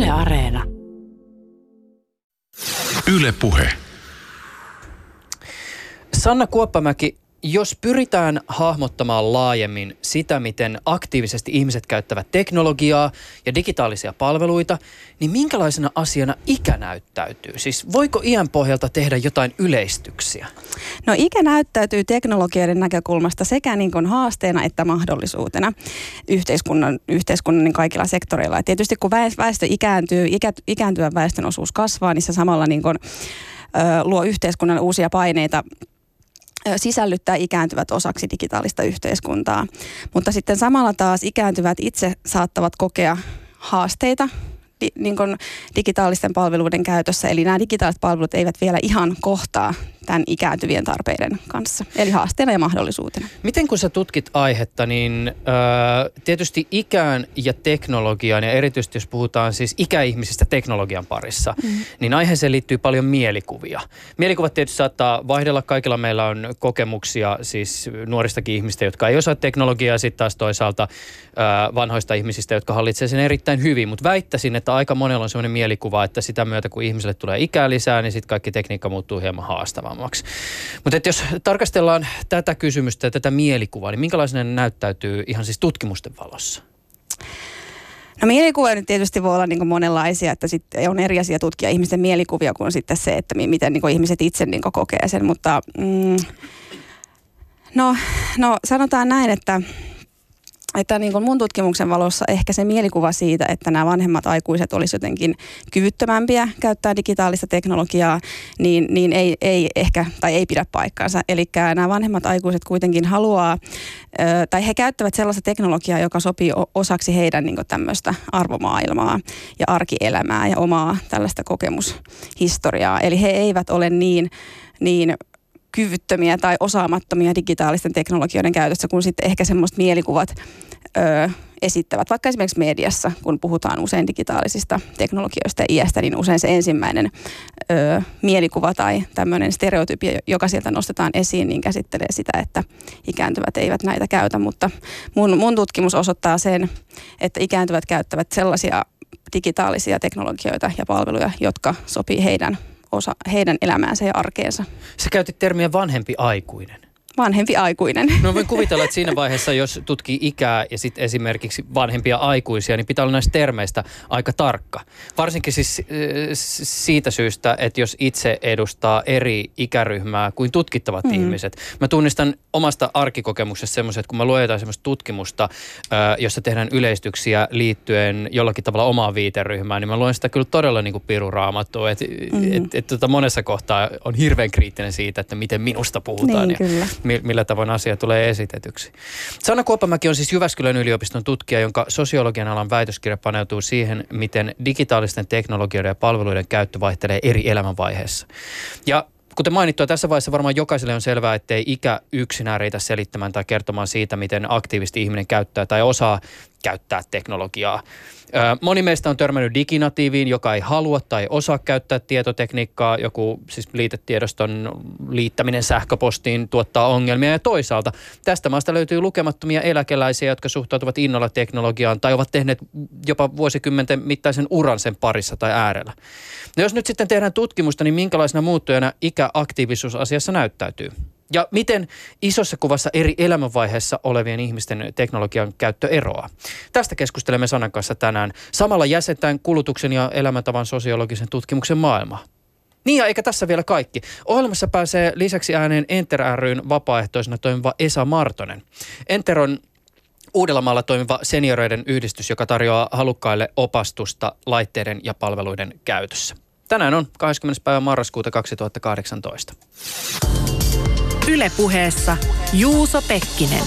Yle Areena. Yle Puhe. Sanna Kuoppamäki, jos pyritään hahmottamaan laajemmin sitä, miten aktiivisesti ihmiset käyttävät teknologiaa ja digitaalisia palveluita, niin minkälaisena asiana ikä näyttäytyy? Siis voiko iän pohjalta tehdä jotain yleistyksiä? No ikä näyttäytyy teknologioiden näkökulmasta sekä niin kuin haasteena että mahdollisuutena yhteiskunnan niin kaikilla sektoreilla. Ja tietysti kun väestö ikääntyy, ikääntyvän väestön osuus kasvaa, niin se samalla niin kuin, luo yhteiskunnalle uusia paineita sisällyttää ikääntyvät osaksi digitaalista yhteiskuntaa. Mutta sitten samalla taas ikääntyvät itse saattavat kokea haasteita niin kuin digitaalisten palveluiden käytössä. Eli nämä digitaaliset palvelut eivät vielä ihan kohtaa tämän ikääntyvien tarpeiden kanssa. Eli haasteena ja mahdollisuutena. Miten kun sä tutkit aihetta, niin tietysti ikään ja teknologiaan, ja erityisesti jos puhutaan siis ikäihmisistä teknologian parissa, niin aiheeseen liittyy paljon mielikuvia. Mielikuvat tietysti saattaa vaihdella. Kaikilla meillä on kokemuksia siis nuoristakin ihmistä, jotka ei osaa teknologiaa, ja sitten taas toisaalta vanhoista ihmisistä, jotka hallitsevat sen erittäin hyvin. Mutta väittäisin, että aika monella on sellainen mielikuva, että sitä myötä kun ihmiselle tulee ikää lisää, niin sitten kaikki tekniikka muuttuu hieman haastavammaksi. Mutta jos tarkastellaan tätä kysymystä ja tätä mielikuvaa, niin minkälaisena ne näyttäytyy ihan siis tutkimusten valossa? No mielikuva nyt tietysti voi olla niin kuin monenlaisia, että sitten on eri asia tutkia ihmisten mielikuvia kuin sitten se, että miten niin kuin ihmiset itse niin kuin kokee sen. Mutta no sanotaan näin, että niin kuin mun tutkimuksen valossa ehkä se mielikuva siitä, että nämä vanhemmat aikuiset olisi jotenkin kyvyttömämpiä käyttää digitaalista teknologiaa, niin ei ehkä tai ei pidä paikkaansa. Eli nämä vanhemmat aikuiset kuitenkin haluaa, tai he käyttävät sellaista teknologiaa, joka sopii osaksi heidän niin kuin tämmöistä arvomaailmaa ja arkielämää ja omaa tällaista kokemushistoriaa. Eli he eivät ole niin kyvyttömiä tai osaamattomia digitaalisten teknologioiden käytössä, kun sitten ehkä semmoiset mielikuvat esittävät. Vaikka esimerkiksi mediassa, kun puhutaan usein digitaalisista teknologioista ja iästä, niin usein se ensimmäinen mielikuva tai tämmöinen stereotypia, joka sieltä nostetaan esiin, niin käsittelee sitä, että ikääntyvät eivät näitä käytä. Mutta mun tutkimus osoittaa sen, että ikääntyvät käyttävät sellaisia digitaalisia teknologioita ja palveluja, jotka sopii osa heidän elämäänsä ja arkeensa. Sä käytit termiä vanhempi aikuinen. Vanhempi aikuinen. No voin kuvitella, että siinä vaiheessa, jos tutkii ikää ja sitten esimerkiksi vanhempia aikuisia, niin pitää olla näistä termeistä aika tarkka. Varsinkin siis siitä syystä, että jos itse edustaa eri ikäryhmää kuin tutkittavat ihmiset. Mä tunnistan omasta arkikokemuksesta semmoiset, kun mä luen jotain semmoista tutkimusta, jossa tehdään yleistyksiä liittyen jollakin tavalla omaan viiteryhmään, niin mä luen sitä kyllä todella niin kuin piruraamattua. Että monessa kohtaa on hirveän kriittinen siitä, että miten minusta puhutaan. Niin, kyllä. Millä tavoin asia tulee esitetyksi. Sanna Kuoppamäki on siis Jyväskylän yliopiston tutkija, jonka sosiologian alan väitöskirja paneutuu siihen, miten digitaalisten teknologioiden ja palveluiden käyttö vaihtelee eri elämänvaiheessa. Ja kuten mainittua, tässä vaiheessa varmaan jokaiselle on selvää, ettei ikä yksinään riitä selittämään tai kertomaan siitä, miten aktiivisesti ihminen käyttää tai osaa käyttää teknologiaa. Moni meistä on törmännyt diginatiiviin, joka ei halua tai osaa käyttää tietotekniikkaa. Joku siis liitetiedoston liittäminen sähköpostiin tuottaa ongelmia. Ja toisaalta tästä maasta löytyy lukemattomia eläkeläisiä, jotka suhtautuvat innolla teknologiaan tai ovat tehneet jopa vuosikymmenten mittaisen uran sen parissa tai äärellä. No jos nyt sitten tehdään tutkimusta, niin minkälaisena muuttujana ikäaktiivisuus asiassa näyttäytyy? Ja miten isossa kuvassa eri elämänvaiheessa olevien ihmisten teknologian käyttö eroaa? Tästä keskustelemme Sannan kanssa tänään. Samalla jäsentään kulutuksen ja elämäntavan sosiologisen tutkimuksen maailmaa. Niin ja eikä tässä vielä kaikki. Ohjelmassa pääsee lisäksi ääneen Enter ry:n vapaaehtoisena toimiva Esa Martonen. Enter on Uudellamaalla toimiva senioreiden yhdistys, joka tarjoaa halukkaille opastusta laitteiden ja palveluiden käytössä. Tänään on 20. päivä marraskuuta 2018. Yle Puheessa Juuso Pekkinen.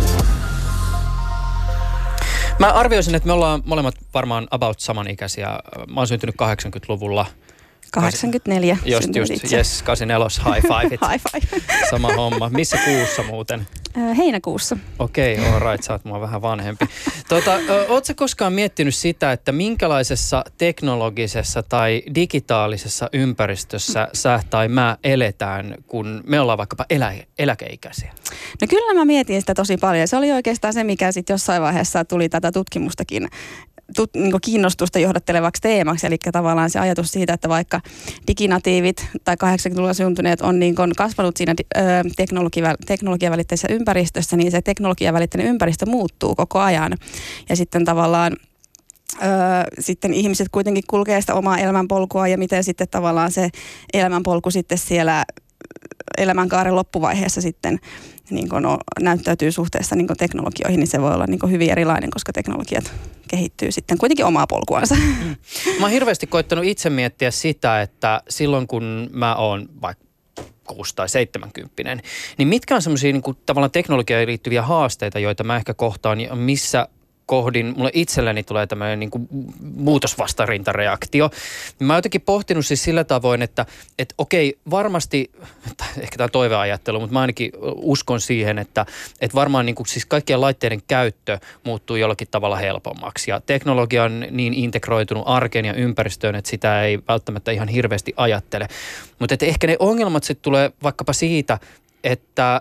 Mä arvioisin, että me ollaan molemmat varmaan about samanikäisiä. Mä oon syntynyt 80-luvulla. 84. Just, 84, high five. High five. Sama homma. Missä kuussa muuten? Heinäkuussa. Okei, all right, sä oot mua vähän vanhempi. Ootko sä koskaan miettinyt sitä, että minkälaisessa teknologisessa tai digitaalisessa ympäristössä sä tai mä eletään, kun me ollaan vaikkapa eläkeikäisiä? No kyllä mä mietin sitä tosi paljon. Se oli oikeastaan se, mikä sitten jossain vaiheessa tuli tätä tutkimustakin niin kiinnostusta johdattelevaksi teemaksi, eli tavallaan se ajatus siitä, että vaikka diginatiivit tai 80-luvulla syntyneet on niin kuin kasvanut siinä teknologiavälitteisessä ympäristössä, niin se teknologiavälitteinen ympäristö muuttuu koko ajan. Ja sitten tavallaan sitten ihmiset kuitenkin kulkee sitä omaa elämänpolkua ja miten sitten tavallaan se elämänpolku sitten siellä elämänkaaren loppuvaiheessa sitten niin kuin näyttäytyy suhteessa niin kuin teknologioihin, niin se voi olla niin kuin hyvin erilainen, koska teknologiat kehittyy sitten kuitenkin omaa polkuansa. Mä oon hirveästi koittanut itse miettiä sitä, että silloin kun mä oon vaikka 6 tai 70, niin mitkä on semmoisia niin kuin tavallaan teknologiaan liittyviä haasteita, joita mä ehkä kohtaan ja missä kohdin, mulle itselleni tulee tämmöinen niin kuin muutosvastarintareaktio. Mä oon jotenkin pohtinut siis sillä tavoin, että okei, varmasti, ehkä tämä on toiveajattelu, mutta mä ainakin uskon siihen, että varmaan niin kuin siis kaikkien laitteiden käyttö muuttuu jollakin tavalla helpommaksi. Ja teknologia on niin integroitunut arkeen ja ympäristöön, että sitä ei välttämättä ihan hirveästi ajattele. Mutta ehkä ne ongelmat sitten tulee vaikkapa siitä, että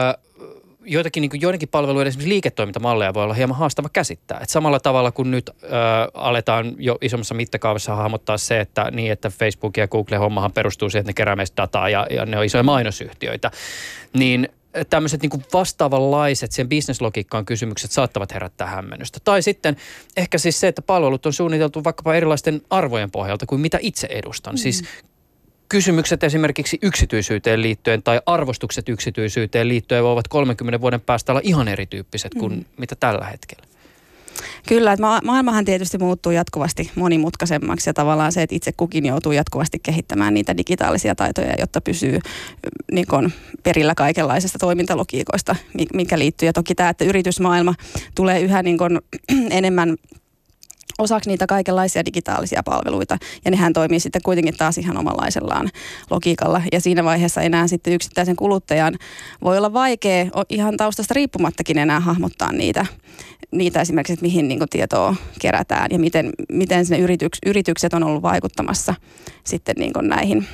joidenkin palveluiden esimerkiksi liiketoimintamalleja voi olla hieman haastava käsittää. Et samalla tavalla kuin nyt aletaan jo isommassa mittakaavassa hahmottaa se, että Facebook ja Google hommahan perustuu siihen, että ne kerää meistä dataa ja ne on isoja mainosyhtiöitä, niin tämmöiset niin kuin vastaavanlaiset sen bisneslogiikkaan kysymykset saattavat herättää hämmennystä. Tai sitten ehkä siis se, että palvelut on suunniteltu vaikkapa erilaisten arvojen pohjalta kuin mitä itse edustan. Siis kysymykset esimerkiksi yksityisyyteen liittyen tai arvostukset yksityisyyteen liittyen voivat 30 vuoden päästä olla ihan erityyppiset kuin mitä tällä hetkellä. Kyllä, että maailmahan tietysti muuttuu jatkuvasti monimutkaisemmaksi ja tavallaan se, että itse kukin joutuu jatkuvasti kehittämään niitä digitaalisia taitoja, jotta pysyy niin kuin perillä kaikenlaisista toimintalogiikoista, mikä liittyy. Ja toki tämä, että yritysmaailma tulee yhä niin kuin enemmän osaksi niitä kaikenlaisia digitaalisia palveluita, ja nehän toimii sitten kuitenkin taas ihan omanlaisellaan logiikalla. Ja siinä vaiheessa enää sitten yksittäisen kuluttajan voi olla vaikea ihan taustasta riippumattakin enää hahmottaa niitä esimerkiksi, että mihin niin kuin tietoa kerätään ja miten ne yritykset on ollut vaikuttamassa sitten niin kuin näihin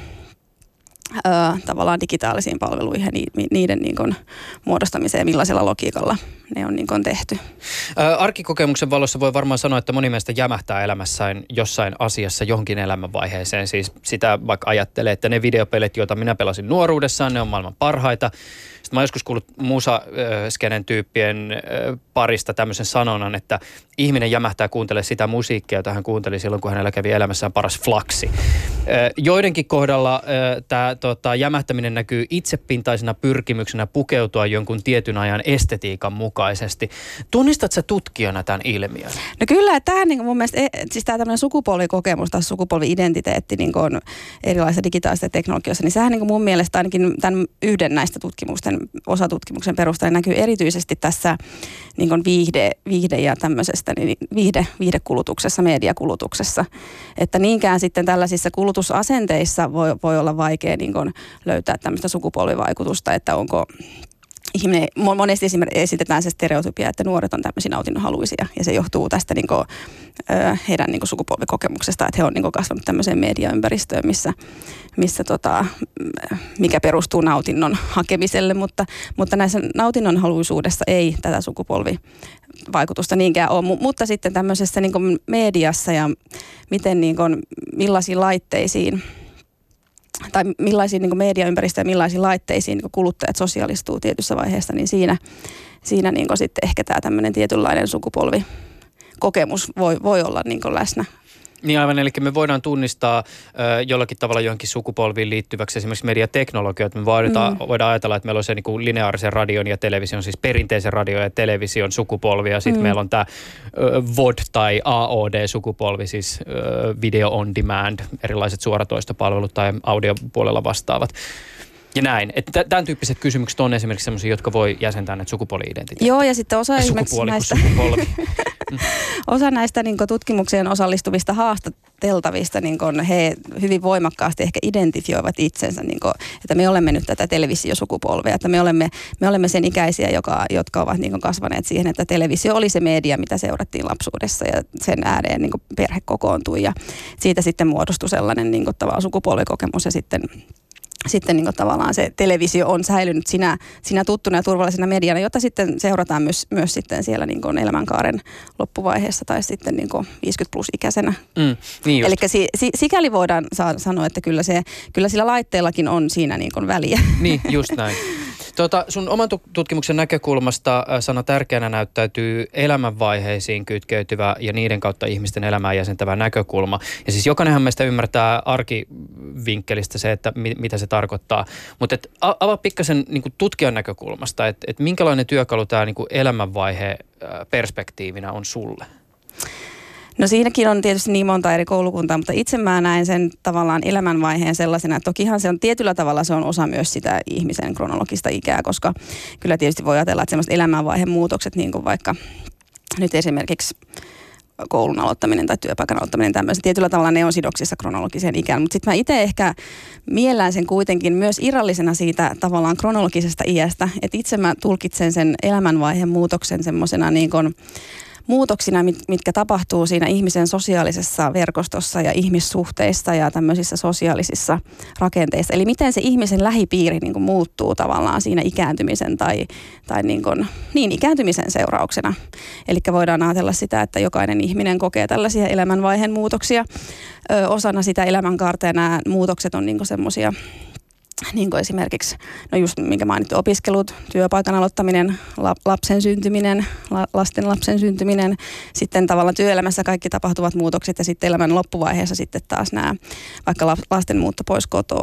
tavallaan digitaalisiin palveluihin ja niiden niin kuin muodostamiseen, millaisella logiikalla ne on niin kuin tehty. Arkikokemuksen valossa voi varmaan sanoa, että moni meistä jämähtää elämässään jossain asiassa johonkin elämänvaiheeseen. Siis sitä vaikka ajattelee, että ne videopelit, joita minä pelasin nuoruudessaan, ne on maailman parhaita. Sitten mä oon joskus kuullut musaskenen tyyppien parista tämmöisen sanonnan, että ihminen jämähtää kuuntelemaan sitä musiikkia, jota hän kuunteli silloin, kun hänellä kävi elämässään paras flaksi. Joidenkin kohdalla tämä jämähtäminen näkyy itsepintaisena pyrkimyksenä pukeutua jonkun tietyn ajan estetiikan mukaisesti. Tunnistat sä tutkijana tämän ilmiön? No kyllä, että tämähän niin mun mielestä, siis tämä tämmöinen sukupolvikokemus tai sukupolvi-identiteetti niin kuin erilaisissa digitaalisissa teknologioissa, niin sehän niin kuin mun mielestä ainakin tämän yhden näistä osatutkimuksen perusteella näkyy erityisesti tässä niin kuin viihde ja tämmöisestä niin viihdekulutuksessa, mediakulutuksessa. Että niinkään sitten tällaisissa kulutusasenteissa voi olla vaikea niin kuin löytää tämmöistä sukupolvivaikutusta, että onko ihminen, monesti esitetään se stereotypia, että nuoret on tämmöisiä nautinnonhaluisia ja se johtuu tästä niin kuin, heidän niin kuin sukupolvikokemuksesta, että he on niin kuin kasvanut tämmöiseen mediaympäristöön, mikä perustuu nautinnon hakemiselle, mutta näissä nautinnonhaluisuudessa ei tätä sukupolvivaikutusta niinkään ole, mutta sitten tämmöisessä niin kuin mediassa ja miten niin kuin, millaisiin laitteisiin tai millaisiin niin kuin mediaympäristöön ja millaisiin laitteisiin niin kuin kuluttajat sosiaalistuu tietyssä vaiheessa, niin siinä niin kuin sitten ehkä tämä tämmöinen tietynlainen sukupolvikokemus voi olla niin kuin läsnä. Niin aivan, eli me voidaan tunnistaa jollakin tavalla johonkin sukupolviin liittyväksi esimerkiksi mediateknologioita. Me voidaan ajatella, että meillä on se niin kuin lineaarisen radion ja television, siis perinteisen radio- ja television sukupolvi. Ja sitten meillä on tämä VOD tai AOD-sukupolvi, siis video on demand, erilaiset suoratoistopalvelut tai audiopuolella vastaavat. Ja näin. Että tämän tyyppiset kysymykset on esimerkiksi sellaisia, jotka voi jäsentää näitä sukupuoli-identiteettiä. Joo, ja sitten osa esimerkiksi näistä osa näistä niin kuin tutkimukseen osallistuvista haastateltavista, niin kuin he hyvin voimakkaasti ehkä identifioivat itsensä, niin kuin, että me olemme nyt tätä televisiosukupolvea, että me olemme sen ikäisiä, jotka ovat niin kuin kasvaneet siihen, että televisio oli se media, mitä seurattiin lapsuudessa ja sen ääreen niin kuin perhe kokoontui ja siitä sitten muodostui sellainen niin kuin tavallaan sukupolvikokemus ja sitten sitten niin kuin tavallaan se televisio on säilynyt sinä tuttuna ja turvallisena mediana, jota sitten seurataan myös sitten siellä niin kuin elämänkaaren loppuvaiheessa tai sitten niin kuin 50+-ikäisenä. Niin eli sikäli voidaan sanoa, että kyllä sillä laitteellakin on siinä niin kuin väliä. Niin, just näin. Sun oman tutkimuksen näkökulmasta sana tärkeänä näyttäytyy elämänvaiheisiin kytkeytyvä ja niiden kautta ihmisten elämään jäsentävä näkökulma. Ja siis jokainenhan meistä ymmärtää arkivinkkelistä se, että mitä se tarkoittaa. Mutta avaa pikkasen niin kuin tutkijan näkökulmasta, että minkälainen työkalu tämä niin kuin elämänvaihe perspektiivinä on sulle? No siinäkin on tietysti niin monta eri koulukuntaa, mutta itse mä näen sen tavallaan elämänvaiheen sellaisena, että tokihan se on tietyllä tavalla se on osa myös sitä ihmisen kronologista ikää, koska kyllä tietysti voi ajatella, että semmoiset elämänvaiheen muutokset, niin kuin vaikka nyt esimerkiksi koulun aloittaminen tai työpaikan aloittaminen tämmöisen, tietyllä tavalla ne on sidoksissa kronologiseen ikään, mutta sitten mä itse ehkä miellän sen kuitenkin myös irrallisena siitä tavallaan kronologisesta iästä, että itse mä tulkitsen sen elämänvaiheen muutoksen semmoisena niin kuin muutoksina, mitkä tapahtuu siinä ihmisen sosiaalisessa verkostossa ja ihmissuhteissa ja tämmöisissä sosiaalisissa rakenteissa. Eli miten se ihmisen lähipiiri niin kuin muuttuu tavallaan siinä ikääntymisen tai ikääntymisen seurauksena. Eli voidaan ajatella sitä, että jokainen ihminen kokee tällaisia elämänvaiheen muutoksia osana sitä elämänkaarta ja nämä muutokset on niin kuin semmoisia, niin kuin esimerkiksi, no just minkä mainittu, opiskelut, työpaikan aloittaminen, lapsen syntyminen, lasten syntyminen, sitten tavallaan työelämässä kaikki tapahtuvat muutokset ja sitten elämän loppuvaiheessa sitten taas nämä vaikka lasten muutto pois kotoa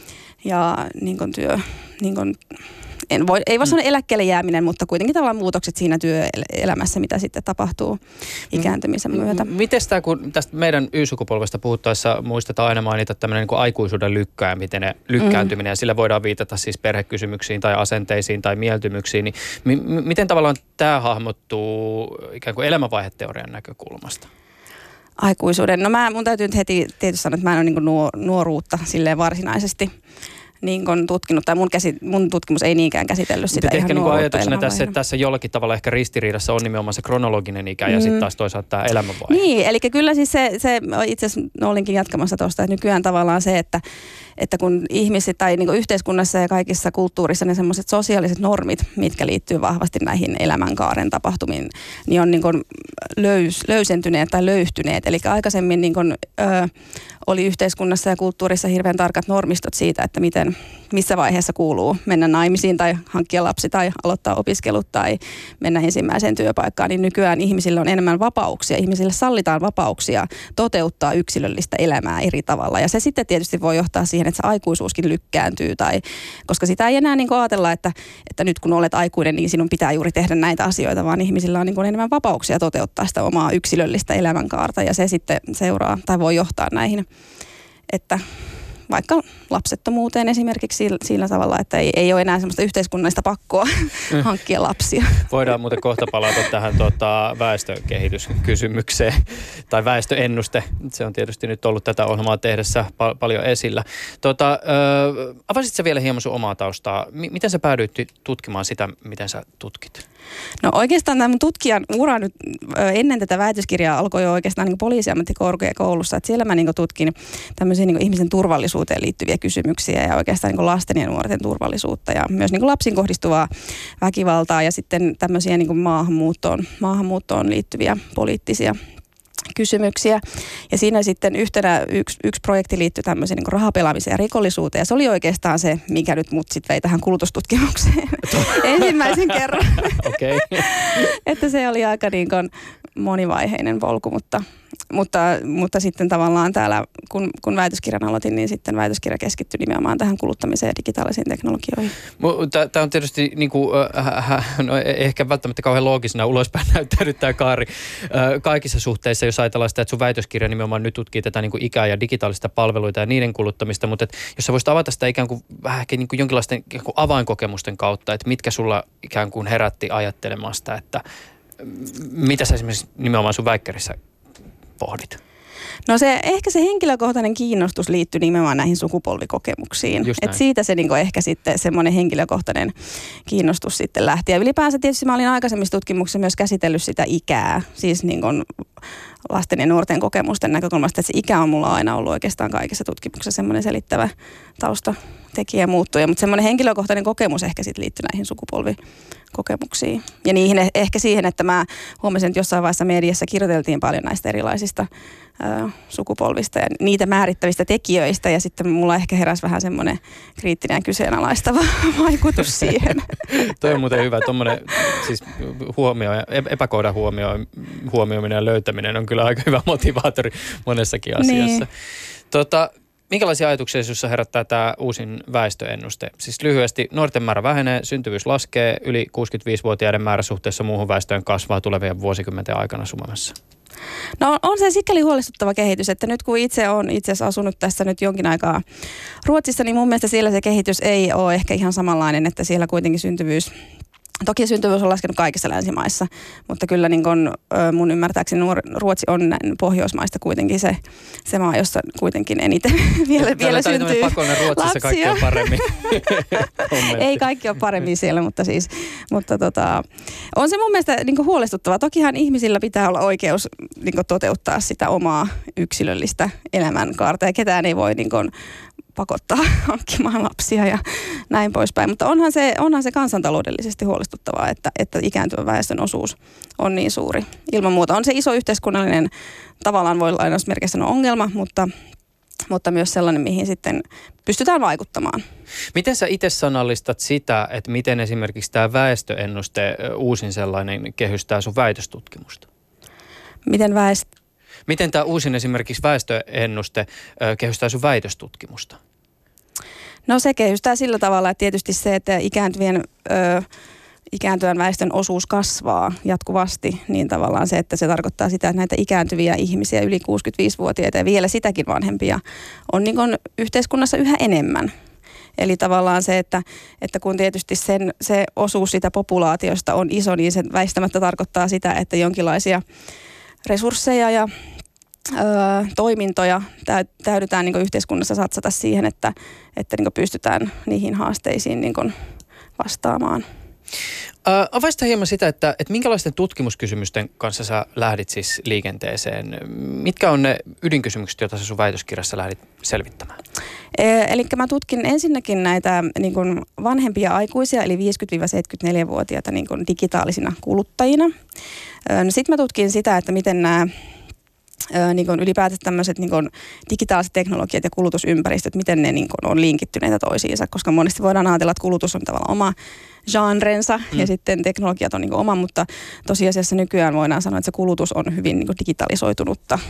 ja niin kuin niin kuin, ei voi sanoa eläkkeelle jääminen, mutta kuitenkin tavallaan muutokset siinä työelämässä, mitä sitten tapahtuu ikääntymisen myötä. Miten tämä, kun tästä meidän Y-sukupolvesta puhuttaessa muistetaan aina mainita tämmöinen niin kuin aikuisuuden lykkääntyminen ja sillä voidaan viitata siis perhekysymyksiin tai asenteisiin tai mieltymyksiin, niin miten tavallaan tämä hahmottuu ikään kuin elämänvaiheteorian näkökulmasta? Aikuisuuden. No mun täytyy nyt heti tietysti sanoa, että mä en ole niin kuin nuoruutta silleen varsinaisesti niin kuin tutkinut, tai mun tutkimus ei niinkään käsitellyt sitä ihan nuoruutta. Ehkä ajatuksena tässä, että elämänvaiheena. tässä jollakin tavalla ehkä ristiriidassa on nimenomaan se kronologinen ikä ja sitten taas toisaalta tämä elämänvaihe. Niin, eli kyllä siis se itse asiassa olinkin jatkamassa tuosta, että nykyään tavallaan se, että kun ihmiset tai niin kuin yhteiskunnassa ja kaikissa kulttuurissa ne semmoiset sosiaaliset normit, mitkä liittyy vahvasti näihin elämänkaaren tapahtumiin, niin on niin kuin löysentyneet tai löyhtyneet. Eli aikaisemmin niin kuin, oli yhteiskunnassa ja kulttuurissa hirveän tarkat normistot siitä, että missä vaiheessa kuuluu mennä naimisiin tai hankkia lapsi tai aloittaa opiskelut tai mennä ensimmäiseen työpaikkaan, niin nykyään ihmisillä on enemmän vapauksia. Ihmisille sallitaan vapauksia toteuttaa yksilöllistä elämää eri tavalla. Ja se sitten tietysti voi johtaa siihen, että se aikuisuuskin lykkääntyy, koska sitä ei enää niin kuin ajatella, että nyt kun olet aikuinen, niin sinun pitää juuri tehdä näitä asioita, vaan ihmisillä on niin kuin enemmän vapauksia toteuttaa sitä omaa yksilöllistä elämänkaarta. Ja se sitten seuraa tai voi johtaa näihin, että vaikka lapsettomuuteen esimerkiksi sillä tavalla, että ei ole enää semmoista yhteiskunnallista pakkoa hankkia lapsia. Voidaan muuten kohta palata tähän väestökehityskysymykseen tai väestöennuste. Se on tietysti nyt ollut tätä ohjelmaa tehdessä paljon esillä. Avasitko vielä hieman sun omaa taustaa? Miten sä päädyit tutkimaan sitä, miten sä tutkit? No oikeastaan tämä mun tutkijan ura nyt ennen tätä väitöskirjaa alkoi jo oikeastaan niin poliisiammattikorkeakoulussa. Että siellä mä niin tutkin tämmöisiä niin ihmisen turvallisuuteen liittyviä kysymyksiä ja oikeastaan niin lasten ja nuorten turvallisuutta ja myös niin lapsiin kohdistuvaa väkivaltaa ja sitten tämmöisiä niin maahanmuuttoon liittyviä poliittisia kysymyksiä. Ja siinä sitten yksi projekti liittyi tämmöiseen niin rahapelaamiseen ja rikollisuuteen. Ja se oli oikeastaan se, mikä nyt mut sitten vei tähän kulutustutkimukseen ensimmäisen kerran. Okay. Että se oli aika niin kuin monivaiheinen polku, mutta sitten tavallaan täällä, kun väitöskirjan aloitin, niin sitten väitöskirja keskittyi nimenomaan tähän kuluttamiseen ja digitaalisiin teknologioihin. Tämä on tietysti niin kuin, ehkä välttämättä kauhean loogisena ulospäin näyttänyt tämä kaari kaikissa suhteissa, jos ajatellaan sitä, että sun väitöskirja nimenomaan nyt tutkii tätä niin kuin ikää ja digitaalista palveluita ja niiden kuluttamista, mutta jos sä voisit avata sitä ikään kuin vähän niin kuin jonkinlaisten ikään kuin avainkokemusten kautta, että mitkä sulla ikään kuin herätti ajattelemasta, että mitä sä esimerkiksi nimenomaan sun väikkärissä pohdit? Ehkä se henkilökohtainen kiinnostus liittyy nimenomaan näihin sukupolvikokemuksiin. Et siitä se niinku ehkä sitten semmoinen henkilökohtainen kiinnostus sitten lähti. Ja ylipäänsä tietysti mä olin aikaisemmissa tutkimuksissa myös käsitellyt sitä ikää, siis niinku lasten ja nuorten kokemusten näkökulmasta, että se ikä on mulla aina ollut oikeastaan kaikessa tutkimuksessa semmoinen selittävä taustatekijä muuttuja, mutta semmoinen henkilökohtainen kokemus ehkä sitten liittyy näihin sukupolvikokemuksiin. Ja niihin ehkä siihen, että mä huomasin, että jossain vaiheessa mediassa kirjoiteltiin paljon näistä erilaisista sukupolvista ja niitä määrittävistä tekijöistä, ja sitten mulla ehkä heräsi vähän semmoinen kriittinen ja kyseenalaistava vaikutus siihen. Toi on muuten hyvä, tuommoinen siis epäkohdan huomioiminen ja löytäminen on kyllä aika hyvä motivaattori monessakin asiassa. Niin. Minkälaisia ajatuksia sinussa herättää tämä uusin väestöennuste? Siis lyhyesti, nuorten määrä vähenee, syntyvyys laskee, yli 65-vuotiaiden määrä suhteessa muuhun väestöön kasvaa tulevien vuosikymmenten aikana Suomessa. No on se sikäli huolestuttava kehitys, että nyt kun itse olen itse asiassa asunut tässä nyt jonkin aikaa Ruotsissa, niin mun mielestä siellä se kehitys ei ole ehkä ihan samanlainen, että siellä kuitenkin Toki syntyvyys on laskenut kaikissa länsimaissa, mutta kyllä niin kun, mun ymmärtääkseni Ruotsi on Pohjoismaista kuitenkin se maa, jossa kuitenkin eniten vielä syntyy pakollinen Ruotsissa lapsia. Kaikki on paremmin. Ei kaikki ole paremmin siellä, mutta on se mun mielestä niin huolestuttavaa. Tokihan ihmisillä pitää olla oikeus niin toteuttaa sitä omaa yksilöllistä elämänkaarta ja ketään ei voi niin pakottaa hankkimaan lapsia ja näin poispäin. Mutta onhan se kansantaloudellisesti huolestuttavaa, että ikääntyvän väestön osuus on niin suuri. Ilman muuta on se iso yhteiskunnallinen, tavallaan voi lainausmerkeissä sanoa ongelma, mutta myös sellainen, mihin sitten pystytään vaikuttamaan. Miten sä itse sanallistat sitä, että miten esimerkiksi tämä väestöennuste uusin sellainen kehystää sun väitöstutkimusta? Miten tämä uusin esimerkiksi väestöennuste kehystää sun väitöstutkimusta? No se kehystää sillä tavalla, että tietysti se, että ikääntyvän väestön osuus kasvaa jatkuvasti, niin tavallaan se, että se tarkoittaa sitä, että näitä ikääntyviä ihmisiä, yli 65-vuotiaita ja vielä sitäkin vanhempia, on niin kuin yhteiskunnassa yhä enemmän. Eli tavallaan se, että kun tietysti se osuus sitä populaatiosta on iso, niin se väistämättä tarkoittaa sitä, että jonkinlaisia resursseja ja toimintoja täydytään niin kuin yhteiskunnassa satsata siihen, että niin kuin pystytään niihin haasteisiin niin kuin vastaamaan. Avaista hieman sitä, että minkälaisten tutkimuskysymysten kanssa sä lähdit siis liikenteeseen? Mitkä on ne ydinkysymykset, joita sä sun väitöskirjassa lähdit selvittämään? Eli mä tutkin ensinnäkin näitä niin kuin vanhempia aikuisia, eli 50-74-vuotiaita niin kuin digitaalisina kuluttajina. Sitten mä tutkin sitä, että miten nämä niin kuin ylipäätään tämmöiset niin kuin digitaaliset teknologiat ja kulutusympäristöt, miten ne niin kuin on linkittyneitä toisiinsa, koska monesti voidaan ajatella, että kulutus on tavallaan oma genrensa ja sitten teknologiat on niin kuin oma, mutta tosiasiassa nykyään voidaan sanoa, että se kulutus on hyvin niin kuin digitalisoitunutta.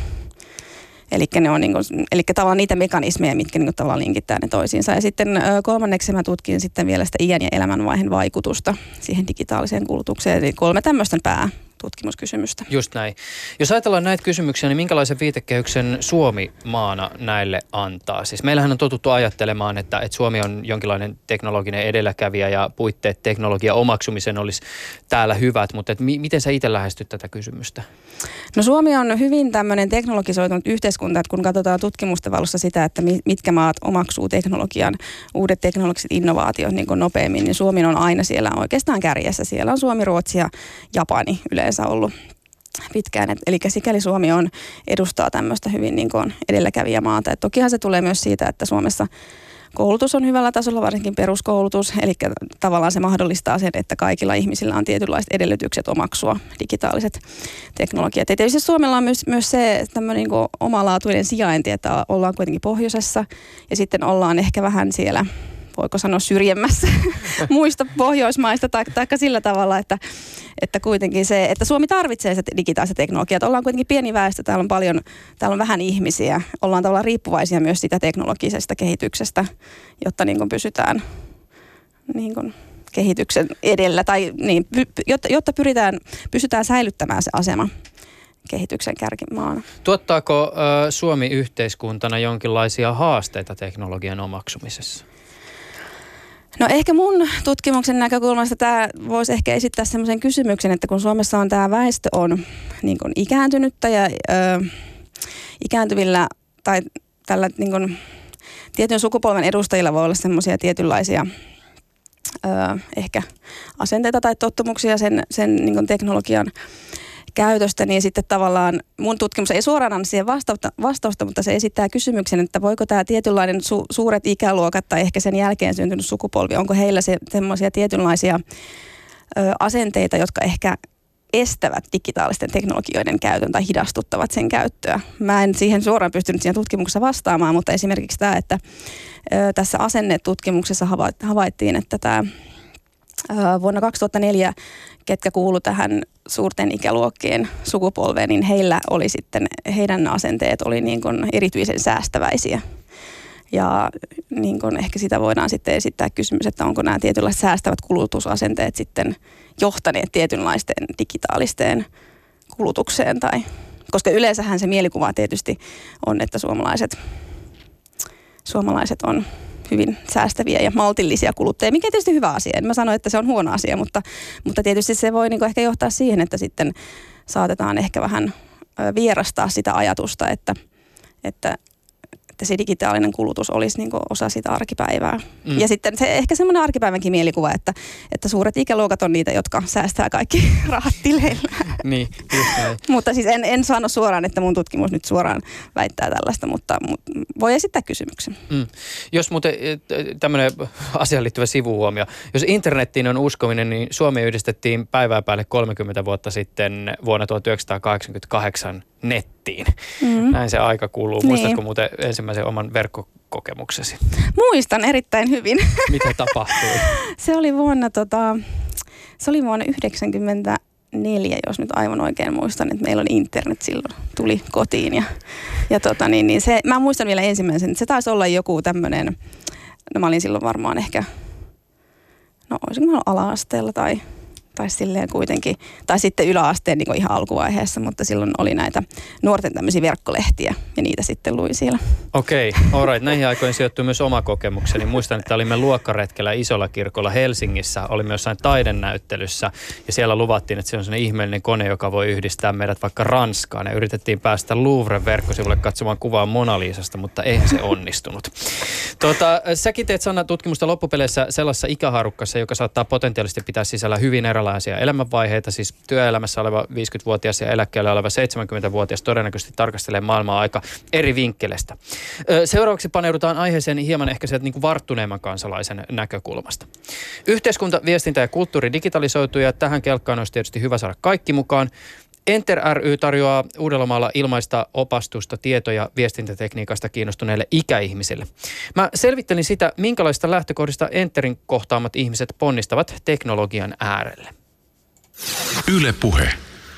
Eli tavallaan niitä mekanismeja, mitkä niin tavallaan linkittää ne toisiinsa. Ja sitten kolmanneksi mä tutkin sitten vielä sitä iän ja elämänvaiheen vaikutusta siihen digitaaliseen kulutukseen. Eli 3 tämmöistä päätutkimuskysymystä. Just näin. Jos ajatellaan näitä kysymyksiä, niin minkälaisen viitekehyksen Suomi maana näille antaa? Siis meillähän on totuttu ajattelemaan, että Suomi on jonkinlainen teknologinen edelläkävijä ja puitteet teknologian omaksumisen olisi täällä hyvät, mutta miten sä itse lähestyt tätä kysymystä? No Suomi on hyvin tämmöinen teknologisoitunut yhteiskunta, että kun katsotaan tutkimusten valossa sitä, että mitkä maat omaksuu teknologian, uudet teknologiset innovaatiot niin kuin nopeammin, niin Suomi on aina siellä oikeastaan kärjessä. Siellä on Suomi, Ruotsi ja Japani yleensä ollut pitkään. Eli sikäli Suomi edustaa tämmöistä hyvin niin kuin edelläkävijämaata. Et tokihan se tulee myös siitä, että Suomessa koulutus on hyvällä tasolla, varsinkin peruskoulutus, eli tavallaan se mahdollistaa sen, että kaikilla ihmisillä on tietynlaiset edellytykset omaksua digitaaliset teknologiat. Ja tietysti Suomella on myös se tämmöinen niin kuin omalaatuinen sijainti, että ollaan kuitenkin pohjoisessa ja sitten ollaan ehkä vähän siellä, voiko sanoa syrjemmässä muista Pohjoismaista, taikka sillä tavalla, että kuitenkin se, että Suomi tarvitsee se digitaalista teknologiaa. Ollaan kuitenkin pieni väestö, täällä on vähän ihmisiä, ollaan tavallaan riippuvaisia myös sitä teknologisesta kehityksestä, jotta niin kuin pysytään niin kuin kehityksen edellä, tai niin, jotta pystytään säilyttämään se asema kehityksen kärkimaana. Tuottaako Suomi yhteiskuntana jonkinlaisia haasteita teknologian omaksumisessa? No ehkä mun tutkimuksen näkökulmasta tämä voisi ehkä esittää semmoisen kysymyksen, että kun Suomessa on tämä väestö on niin kuin ikääntynyttä ja ikääntyvillä tai tällä niin kuin tietyn sukupolven edustajilla voi olla semmoisia tietynlaisia ehkä asenteita tai tottumuksia sen niin kuin teknologian käytöstä, niin sitten tavallaan mun tutkimus ei suoraan anna siihen vastausta, mutta se esittää kysymyksen, että voiko tämä tietynlainen suuret ikäluokat tai ehkä sen jälkeen syntynyt sukupolvi, onko heillä semmoisia tietynlaisia asenteita, jotka ehkä estävät digitaalisten teknologioiden käytön tai hidastuttavat sen käyttöä. Mä en siihen suoraan pystynyt siinä tutkimuksessa vastaamaan, mutta esimerkiksi tämä, että tässä asennetutkimuksessa havaittiin, että tämä vuonna 2004, ketkä kuulu tähän suurten ikäluokkien sukupolveen, niin heillä oli sitten, heidän asenteet oli niin kuin erityisen säästäväisiä. Ja niin kuin ehkä sitä voidaan sitten esittää kysymys, että onko nämä tietynlaiset säästävät kulutusasenteet sitten johtaneet tietynlaisten digitaalisteen kulutukseen. Koska yleensähän se mielikuva tietysti on, että suomalaiset on hyvin säästäviä ja maltillisia kuluttajia, mikä on tietysti hyvä asia. En mä sano, että se on huono asia, mutta tietysti se voi niin kuin ehkä johtaa siihen, että sitten saatetaan ehkä vähän vierastaa sitä ajatusta, että se digitaalinen kulutus olisi niin kuin osa sitä arkipäivää. Ja sitten se ehkä semmoinen arkipäivänkin mielikuva, että suuret ikäluokat on niitä, jotka säästää kaikki rahat tileillä. Niin, just näin. Mutta siis en sano suoraan, että mun tutkimus nyt suoraan väittää tällaista, mutta voi esittää kysymyksen. Jos muuten tämmöinen asiaan liittyvä sivuhuomio. Jos internettiin on uskominen, niin Suomi yhdistettiin päivää päälle 30 vuotta sitten vuonna 1988 nettiin. Näin se aika kuluu. Muistatko Niin. muuten ensimmäisen oman verkkokokemuksesi? Muistan erittäin hyvin. Mitä tapahtui? Se oli vuonna 1994, jos nyt aivan oikein muistan, että meillä oli internet silloin, tuli kotiin. Ja se, mä muistan vielä ensimmäisen, että se taisi olla joku tämmöinen, no mä olin silloin varmaan ehkä, olisinko mä ollut ala-asteella tai silleen kuitenkin, tai sitten yläasteen niin kuin ihan alkuvaiheessa, mutta silloin oli näitä nuorten tämmöisiä verkkolehtiä ja niitä sitten luin siellä. Okei, alright. Näihin aikoihin sijoittui myös oma kokemukseni. Muistan, että olimme luokkaretkellä Isolla kirkolla Helsingissä. Olimme jossain taidennäyttelyssä ja siellä luvattiin, että se on sellainen ihmeellinen kone, joka voi yhdistää meidät vaikka Ranskaan. Ja yritettiin päästä Louvren verkkosivulle katsomaan kuvaa Mona Lisasta, mutta eihän se onnistunut. Säkin teet, Sanna, tutkimusta loppupeleissä sellaisessa ikähaarukassa, joka saattaa potentiaalisesti pitää sisällä hyvin erilaisia elämänvaiheita, siis työelämässä oleva 50-vuotias ja eläkkeellä oleva 70-vuotias todennäköisesti tarkastelee maailmaa aika eri vinkkeleistä. Seuraavaksi paneudutaan aiheeseen hieman ehkä sieltä niin kuin varttuneemman kansalaisen näkökulmasta. Yhteiskunta, viestintä ja kulttuuri digitalisoituu ja tähän kelkkaan olisi tietysti hyvä saada kaikki mukaan. Enter ry tarjoaa Uudellamaalla ilmaista opastusta tieto- ja viestintätekniikasta kiinnostuneille ikäihmisille. Mä selvittelin sitä, minkälaista lähtökohdista Enterin kohtaamat ihmiset ponnistavat teknologian äärelle. Yle Puhe.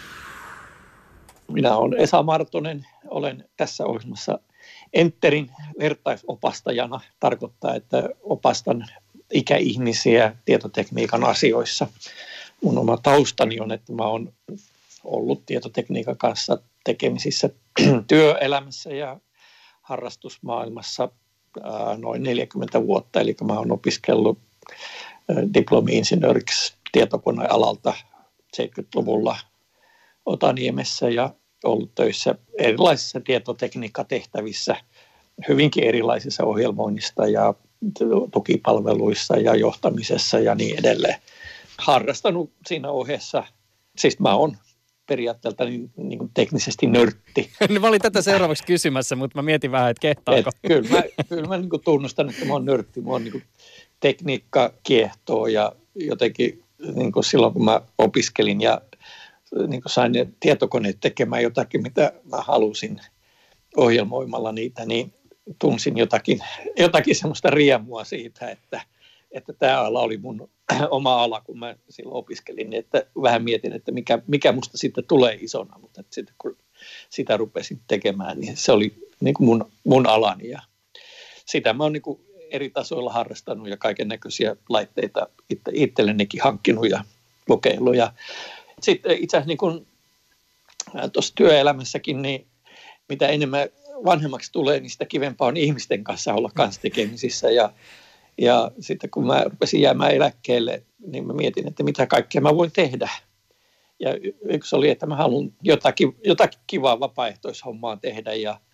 Minä olen Esa Martonen. Olen tässä ohjelmassa Enterin vertaisopastajana. Tarkoittaa, että opastan ikäihmisiä tietotekniikan asioissa. Mun oma taustani on, että mä olen ollut tietotekniikan kanssa tekemisissä työelämässä ja harrastusmaailmassa noin 40 vuotta. Eli mä olen opiskellut diplomi-insinööriksi tietokonealalta 70-luvulla Otaniemessä ja ollut töissä erilaisissa tietotekniikkatehtävissä, hyvinkin erilaisissa ohjelmoinnista ja tukipalveluissa ja johtamisessa ja niin edelleen. Harrastanut siinä ohessa, siis mä oon periaatteelta niin kuin teknisesti nörtti. Mä olin tätä seuraavaksi kysymässä, mutta mä mietin vähän, että kehtaako. Kyllä mä niin kuin tunnustan, että mä oon nörtti. Mä oon niin kuin tekniikka kiehtoo ja jotenkin niin kuin silloin, kun mä opiskelin ja niin kuin sain tietokoneet tekemään jotakin, mitä mä halusin ohjelmoimalla niitä, niin tunsin jotakin semmoista riemua siitä, että tämä ala oli mun oma ala, kun mä silloin opiskelin, niin että vähän mietin, että mikä musta sitten tulee isona, mutta sitten kun sitä rupesin tekemään, niin se oli niin kuin mun alani ja sitä mä oon niin kuin eri tasoilla harrastanut ja kaiken näköisiä laitteita itsellenikin hankkinut ja kokeillut. Ja sitten itse asiassa niin kuin tuossa työelämässäkin, niin mitä enemmän vanhemmaksi tulee, niin sitä kivempaa on ihmisten kanssa olla kanssa tekemisissä. Ja sitten kun mä rupesin jäämään eläkkeelle, niin mä mietin, että mitä kaikkea mä voin tehdä. Ja yksi oli, että mä haluan jotakin kivaa vapaaehtoishommaa tehdä ja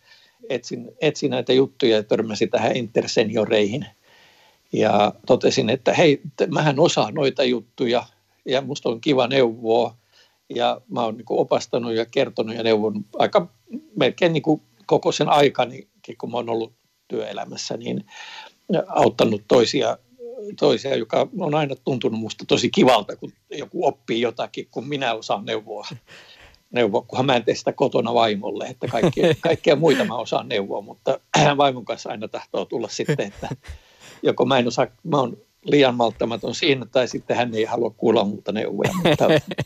etsin näitä juttuja ja törmäsin tähän intersenioreihin. Ja totesin, että hei, mähän osaan noita juttuja ja musta on kiva neuvoa. Ja mä oon niin kuin opastanut ja kertonut ja neuvonut aika melkein niin kuin koko sen aikani, kun mä oon ollut työelämässä, niin auttanut toisia, joka on aina tuntunut musta tosi kivalta, kun joku oppii jotakin, kun minä osaan neuvoa, kunhan mä en tee sitä kotona vaimolle, että kaikkea muita mä osaan neuvoa, mutta vaimon kanssa aina tahtoo tulla sitten, että joko mä oon liian malttamaton siinä, tai sitten hän ei halua kuulla muuta neuvoja, mutta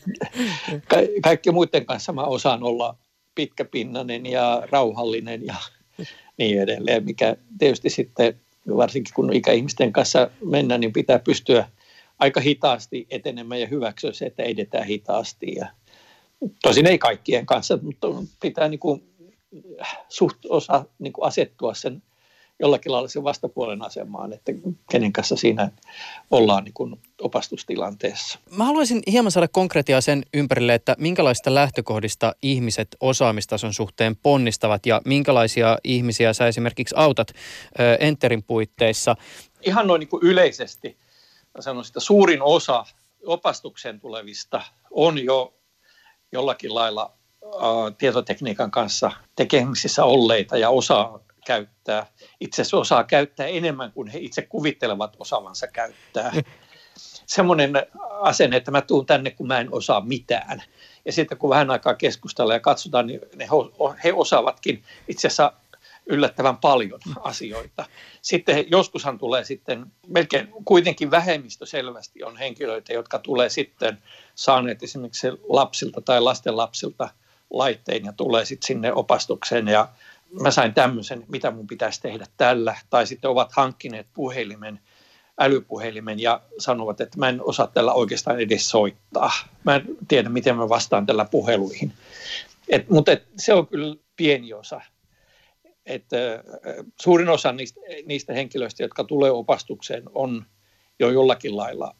kaikkien muiden kanssa mä osaan olla pitkäpinnainen ja rauhallinen ja niin edelleen, mikä tietysti sitten, varsinkin kun ikäihmisten kanssa mennään, niin pitää pystyä aika hitaasti etenemään ja hyväksyä se, että edetään hitaasti. Ja tosin ei kaikkien kanssa, mutta pitää niin kuin suht osa niin kuin asettua sen jollakin lailla sen vastapuolen asemaan, että kenen kanssa siinä ollaan niin kuin opastustilanteessa. Mä haluaisin hieman saada konkretiaa sen ympärille, että minkälaista lähtökohdista ihmiset osaamistason suhteen ponnistavat ja minkälaisia ihmisiä sä esimerkiksi autat Enterin puitteissa? Ihan noin niin kuin yleisesti, mä sanoisin, että suurin osa opastukseen tulevista on jo jollakin lailla tietotekniikan kanssa tekemisissä olleita ja osaa käyttää. Itse asiassa osaa käyttää enemmän kuin he itse kuvittelevat osaavansa käyttää. Semmoinen asenne, että mä tuun tänne, kun mä en osaa mitään. Ja sitten kun vähän aikaa keskustellaan ja katsotaan, niin he osaavatkin itse asiassa yllättävän paljon asioita. Sitten joskushan tulee sitten, melkein kuitenkin vähemmistö selvästi on henkilöitä, jotka tulee sitten saaneet esimerkiksi lapsilta tai lastenlapsilta laitteen ja tulee sitten sinne opastukseen ja mä sain tämmöisen, mitä mun pitäisi tehdä tällä, tai sitten ovat hankkineet älypuhelimen ja sanovat, että mä en osaa tällä oikeastaan edes soittaa. Mä en tiedä, miten mä vastaan tällä puheluihin. Mutta se on kyllä pieni osa. Suurin osa niistä henkilöistä, jotka tulee opastukseen, on jo jollakin lailla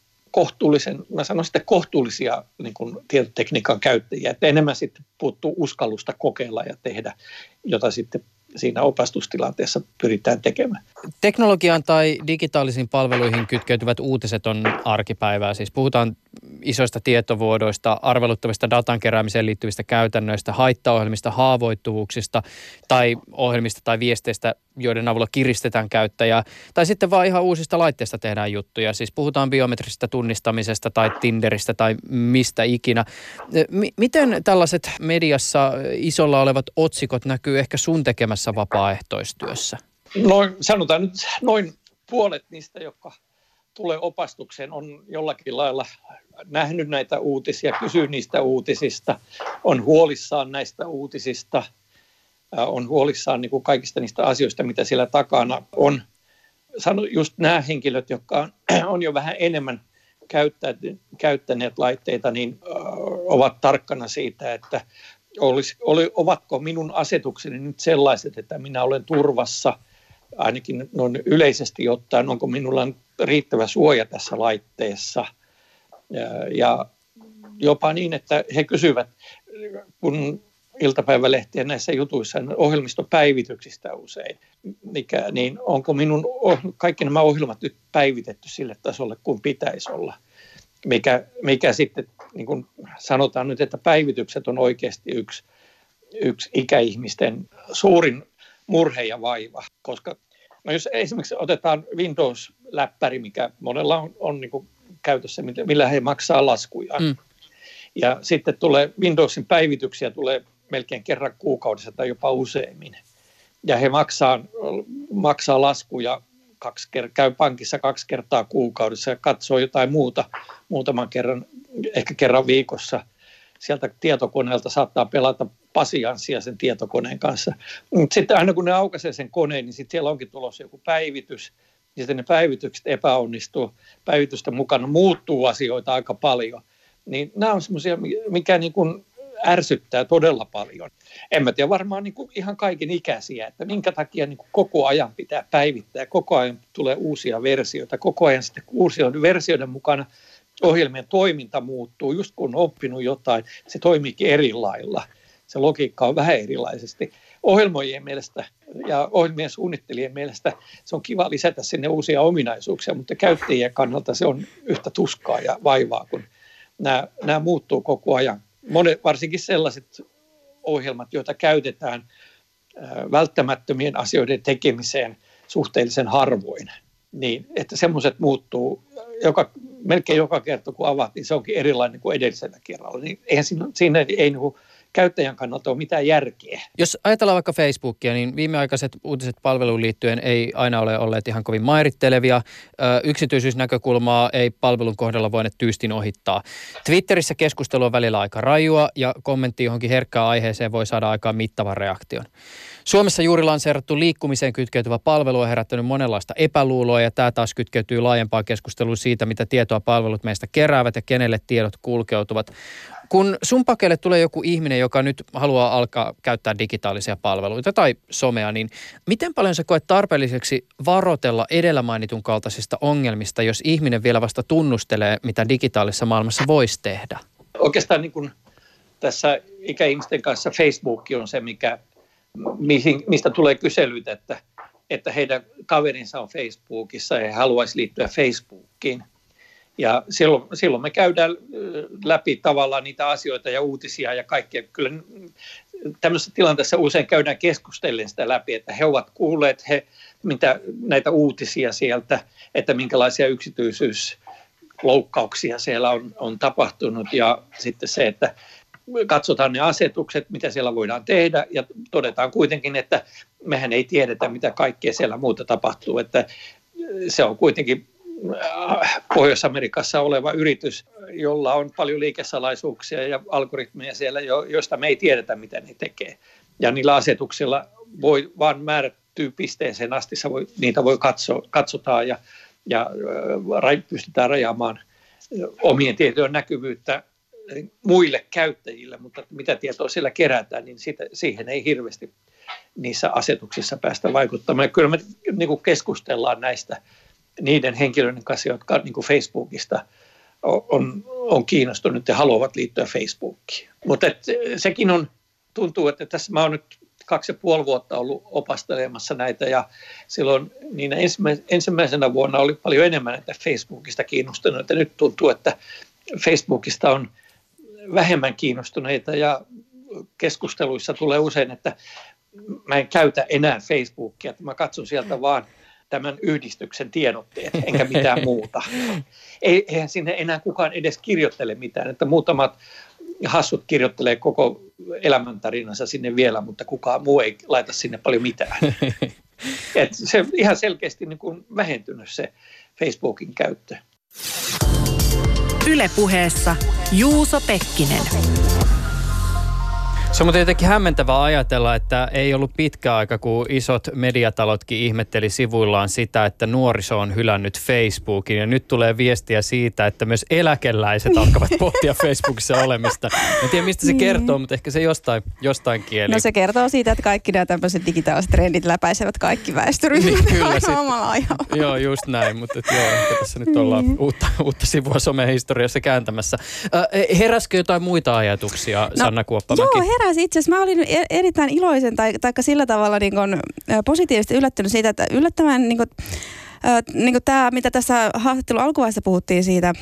kohtuullisia niin kuin tietotekniikan käyttäjiä, että enemmän sitten puuttuu uskallusta kokeilla ja tehdä, jota sitten siinä opastustilanteessa pyritään tekemään. Teknologiaan tai digitaalisiin palveluihin kytkeytyvät uutiset on arkipäivää. Siis puhutaan isoista tietovuodoista, arveluttavista datan keräämiseen liittyvistä käytännöistä, haittaohjelmista, haavoittuvuuksista tai ohjelmista tai viesteistä, joiden avulla kiristetään käyttäjää. Tai sitten vaan ihan uusista laitteista tehdään juttuja. Siis puhutaan biometrisestä tunnistamisesta tai Tinderistä tai mistä ikinä. Miten tällaiset mediassa isolla olevat otsikot näkyy ehkä sun tekemässä vapaaehtoistyössä? Sanotaan nyt noin puolet niistä, jotka tulee opastukseen, on jollakin lailla nähnyt näitä uutisia, kysyy niistä uutisista, on huolissaan näistä uutisista, on huolissaan niin kuin kaikista niistä asioista, mitä siellä takana on. Just nämä henkilöt, jotka on jo vähän enemmän käyttäneet laitteita, niin ovat tarkkana siitä, että ovatko minun asetukseni nyt sellaiset, että minä olen turvassa, ainakin noin yleisesti ottaen, onko minulla riittävä suoja tässä laitteessa. Ja jopa niin, että he kysyvät, kun iltapäivälehtien näissä jutuissa ohjelmistopäivityksistä usein, niin onko minun kaikki nämä ohjelmat nyt päivitetty sille tasolle, kuin pitäisi olla. Mikä sitten, niin kuin sanotaan nyt, että päivitykset on oikeasti yksi ikäihmisten suurin murhe ja vaiva, koska jos esimerkiksi otetaan Windows-läppäri, mikä monella on niin kuin käytössä, millä he maksaa laskujaan, ja sitten tulee Windowsin päivityksiä, tulee melkein kerran kuukaudessa tai jopa useammin, ja he maksaa laskuja käy pankissa 2 kertaa kuukaudessa ja katsoo jotain muuta muutaman kerran, ehkä kerran viikossa. Sieltä tietokoneelta saattaa pelata pasianssia sen tietokoneen kanssa. Sitten aina kun ne aukaisee sen koneen, niin sitten siellä onkin tulossa joku päivitys. Ja sitten ne päivitykset epäonnistuu. Päivitysten mukana muuttuu asioita aika paljon. Niin nämä on semmoisia, mikä niin kuin ärsyttää todella paljon. En mä tiedä, varmaan niin kuin ihan kaiken ikäisiä, että minkä takia niin kuin koko ajan pitää päivittää. Koko ajan tulee uusia versioita. Koko ajan sitten uusien versioiden mukana ohjelmien toiminta muuttuu. Just kun on oppinut jotain, se toimiikin eri lailla. Se logiikka on vähän erilaisesti. Ohjelmoijien mielestä ja ohjelmien suunnittelijien mielestä se on kiva lisätä sinne uusia ominaisuuksia, mutta käyttäjien kannalta se on yhtä tuskaa ja vaivaa, kun nämä muuttuu koko ajan. Varsinkin sellaiset ohjelmat, joita käytetään välttämättömien asioiden tekemiseen suhteellisen harvoin, niin että semmoiset muuttuu melkein joka kerta, kun avaat, niin se onkin erilainen kuin edellisellä kerralla. Niin eihän siinä ei niin kuin käyttäjän kannalta ole mitään järkeä. Jos ajatellaan vaikka Facebookia, niin viimeaikaiset uutiset palveluun liittyen ei aina ole olleet ihan kovin mairittelevia. Yksityisyysnäkökulmaa ei palvelun kohdalla voine tyystin ohittaa. Twitterissä keskustelu on välillä aika rajua ja kommentti johonkin herkkään aiheeseen voi saada aikaan mittavan reaktion. Suomessa juuri lanseerattu liikkumiseen kytkeytyvä palvelu on herättänyt monenlaista epäluuloa ja tämä taas kytkeytyy laajempaan keskusteluun siitä, mitä tietoa palvelut meistä keräävät ja kenelle tiedot kulkeutuvat. Kun sun pakeille tulee joku ihminen, joka nyt haluaa alkaa käyttää digitaalisia palveluita tai somea, niin miten paljon sä koet tarpeelliseksi varoitella edellä mainitun kaltaisista ongelmista, jos ihminen vielä vasta tunnustelee, mitä digitaalisessa maailmassa voisi tehdä? Oikeastaan niin kuin tässä ikäihmisten kanssa Facebook on se, mistä tulee kyselyitä, että heidän kaverinsa on Facebookissa ja he haluaisi liittyä Facebookiin. Ja silloin me käydään läpi tavallaan niitä asioita ja uutisia ja kaikkea. Kyllä tämmöisessä tilanteessa usein käydään keskustellen sitä läpi, että he ovat kuulleet näitä uutisia sieltä, että minkälaisia yksityisyysloukkauksia siellä on tapahtunut ja sitten se, että katsotaan ne asetukset, mitä siellä voidaan tehdä ja todetaan kuitenkin, että mehän ei tiedetä, mitä kaikkea siellä muuta tapahtuu, että se on kuitenkin Pohjois-Amerikassa oleva yritys, jolla on paljon liikesalaisuuksia ja algoritmeja siellä, joista me ei tiedetä, mitä ne tekee. Ja niillä asetuksilla voi vaan määrättyä pisteeseen asti, niitä voi katsotaan ja pystytään rajaamaan omien tietojen näkyvyyttä muille käyttäjille, mutta mitä tietoa siellä kerätään, niin siihen ei hirveästi niissä asetuksissa päästä vaikuttamaan. Kyllä me niin kuin keskustellaan näistä niiden henkilöiden kanssa, jotka niin kuin Facebookista on kiinnostunut ja haluavat liittyä Facebookiin. Mutta sekin tuntuu, että tässä mä oon nyt 2,5 vuotta ollut opastelemassa näitä ja silloin niin ensimmäisenä vuonna oli paljon enemmän näitä Facebookista kiinnostuneita. Nyt tuntuu, että Facebookista on vähemmän kiinnostuneita ja keskusteluissa tulee usein, että mä en käytä enää Facebookia, että mä katson sieltä vaan tämän yhdistyksen tiedotteet, enkä mitään muuta. Eihän sinne enää kukaan edes kirjoittele mitään, että muutamat hassut kirjoittelee koko elämäntarinansa sinne vielä, mutta kukaan muu ei laita sinne paljon mitään. Et se ihan selkeästi niin kuin vähentynyt se Facebookin käyttö. Yle Puheessa Juuso Pekkinen. Se on muuten jotenkin hämmentävää ajatella, että ei ollut pitkä aika, kun isot mediatalotkin ihmetteli sivuillaan sitä, että nuoriso on hylännyt Facebookin. Ja nyt tulee viestiä siitä, että myös eläkeläiset alkavat pohtia Facebookissa olemista. En tiedä, mistä se kertoo, mutta ehkä se jostain kieli. No se kertoo siitä, että kaikki nämä tämmöiset digitaaliset trendit läpäisevät kaikki väestöryhmät niin, kyllä, omalla ajalla. Joo, just näin, mutta ehkä tässä nyt ollaan uutta sivua somehistoriassa kääntämässä. Heräskö jotain muita ajatuksia, Sanna Kuoppamäki? Joo, itse asiassa mä olin erittäin iloisen tai sillä tavalla niin kuin, positiivisesti yllättynyt siitä, että yllättävän niin kuin tämä, mitä tässä haastattelun alkuvaiheessa puhuttiin siitä,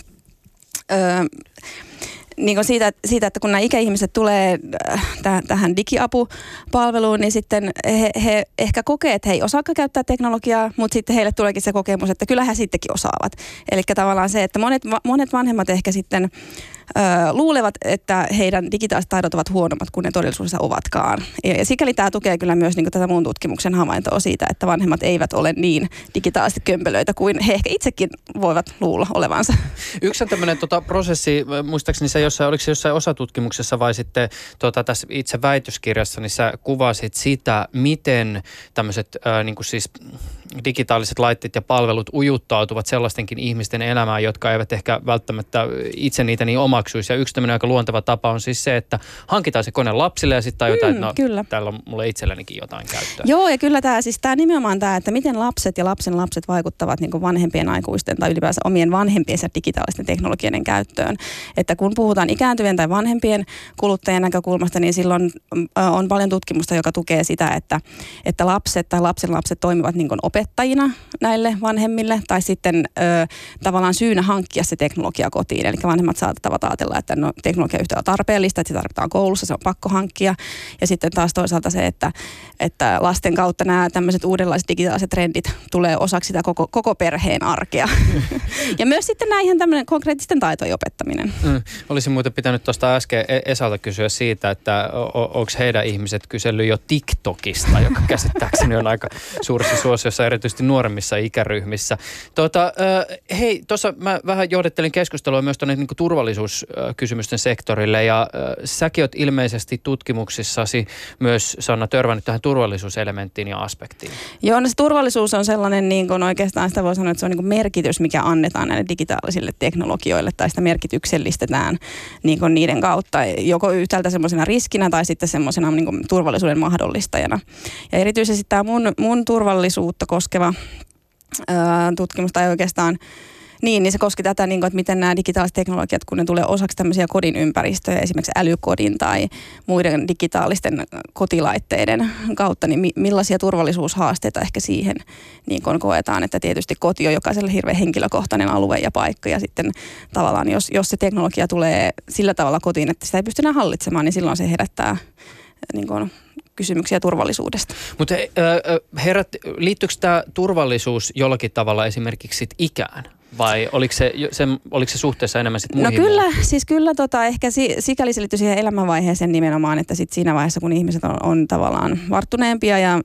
niin kuin siitä, että kun nämä ikäihmiset tulee tähän digiapupalveluun, niin sitten he ehkä kokee, että he ei osaa käyttää teknologiaa, mutta sitten heille tuleekin se kokemus, että kyllä he sittenkin osaavat. Eli tavallaan se, että monet vanhemmat ehkä sitten luulevat, että heidän digitaaliset taidot ovat huonommat kuin ne todellisuudessa ovatkaan. Ja sikäli tämä tukee kyllä myös niin kuin tätä mun tutkimuksen havaintoa siitä, että vanhemmat eivät ole niin digitaalisesti kömpelöitä kuin he ehkä itsekin voivat luulla olevansa. Yksi on tämmöinen prosessi, muistaakseni oliko se jossain osatutkimuksessa vai sitten tässä itse väitöskirjassa, niin sä kuvasit sitä, miten tämmöiset niin kuin siis digitaaliset laitteet ja palvelut ujuttautuvat sellaistenkin ihmisten elämään, jotka eivät ehkä välttämättä itse niitä niin omaksuisi. Ja yksi tämmöinen aika luonteva tapa on siis se, että hankitaan se kone lapsille ja sitten tajutaan, että kyllä. Täällä on mulle itsellänikin jotain käyttöä. Joo, ja kyllä tämä nimenomaan tämä, että miten lapset ja lapsen lapset vaikuttavat niin kuin vanhempien aikuisten tai ylipäänsä omien vanhempiensa digitaalisten teknologioiden käyttöön. Että kun puhutaan ikääntyvien tai vanhempien kuluttajien näkökulmasta, niin silloin on paljon tutkimusta, joka tukee sitä, että lapset tai lapsenlapset toimivat niin kuin opettajina näille vanhemmille tai sitten tavallaan syynä hankkia se teknologia kotiin. Eli vanhemmat saattavat ajatella, että no, teknologia yhtä on tarpeellista, että se tarvitaan koulussa, se on pakko hankkia. Ja sitten taas toisaalta se, että lasten kautta nämä tämmöiset uudenlaiset digitaaliset trendit tulee osaksi sitä koko perheen arkea. Ja myös sitten nämä ihan tämmöinen konkreettisten taitojen opettaminen. Olisin muuten pitänyt tuosta äsken Esalta kysyä siitä, että onko heidän ihmiset kysellyt jo TikTokista, joka käsittääkseni on aika suuressa suosiossa, erityisesti nuoremmissa ikäryhmissä. Hei, tuossa mä vähän johdettelin keskustelua myös tuonne niin kuin turvallisuuskysymysten sektorille, ja säkin oot ilmeisesti tutkimuksissasi myös, Sanna, törmännyt tähän turvallisuuselementtiin ja aspektiin. Joo, no se turvallisuus on sellainen, niin kuin oikeastaan sitä voi sanoa, että se on niin kuin merkitys, mikä annetaan näille digitaalisille teknologioille, tai sitä merkityksellistetään niin kuin niiden kautta, joko yhtäältä semmoisena riskinä tai sitten semmoisena niin kuin turvallisuuden mahdollistajana. Ja erityisesti tämä mun turvallisuutta koskeva tutkimus, tai oikeastaan niin se koski tätä, että miten nämä digitaaliset teknologiat, kun ne tulee osaksi tämmöisiä kodin ympäristöjä, esimerkiksi älykodin tai muiden digitaalisten kotilaitteiden kautta, niin millaisia turvallisuushaasteita ehkä siihen niin koetaan, että tietysti koti on jokaiselle hirveän henkilökohtainen alue ja paikka, ja sitten tavallaan jos se teknologia tulee sillä tavalla kotiin, että sitä ei pysty enää hallitsemaan, niin silloin se herättää niin kuin kysymyksiä turvallisuudesta. Mutta liittyykö tämä turvallisuus jollakin tavalla esimerkiksi sit ikään? Vai oliko se suhteessa enemmän sitten muihin? No kyllä ehkä sikäli se liittyy siihen elämänvaiheeseen nimenomaan, että sit siinä vaiheessa, kun ihmiset on tavallaan varttuneempia ja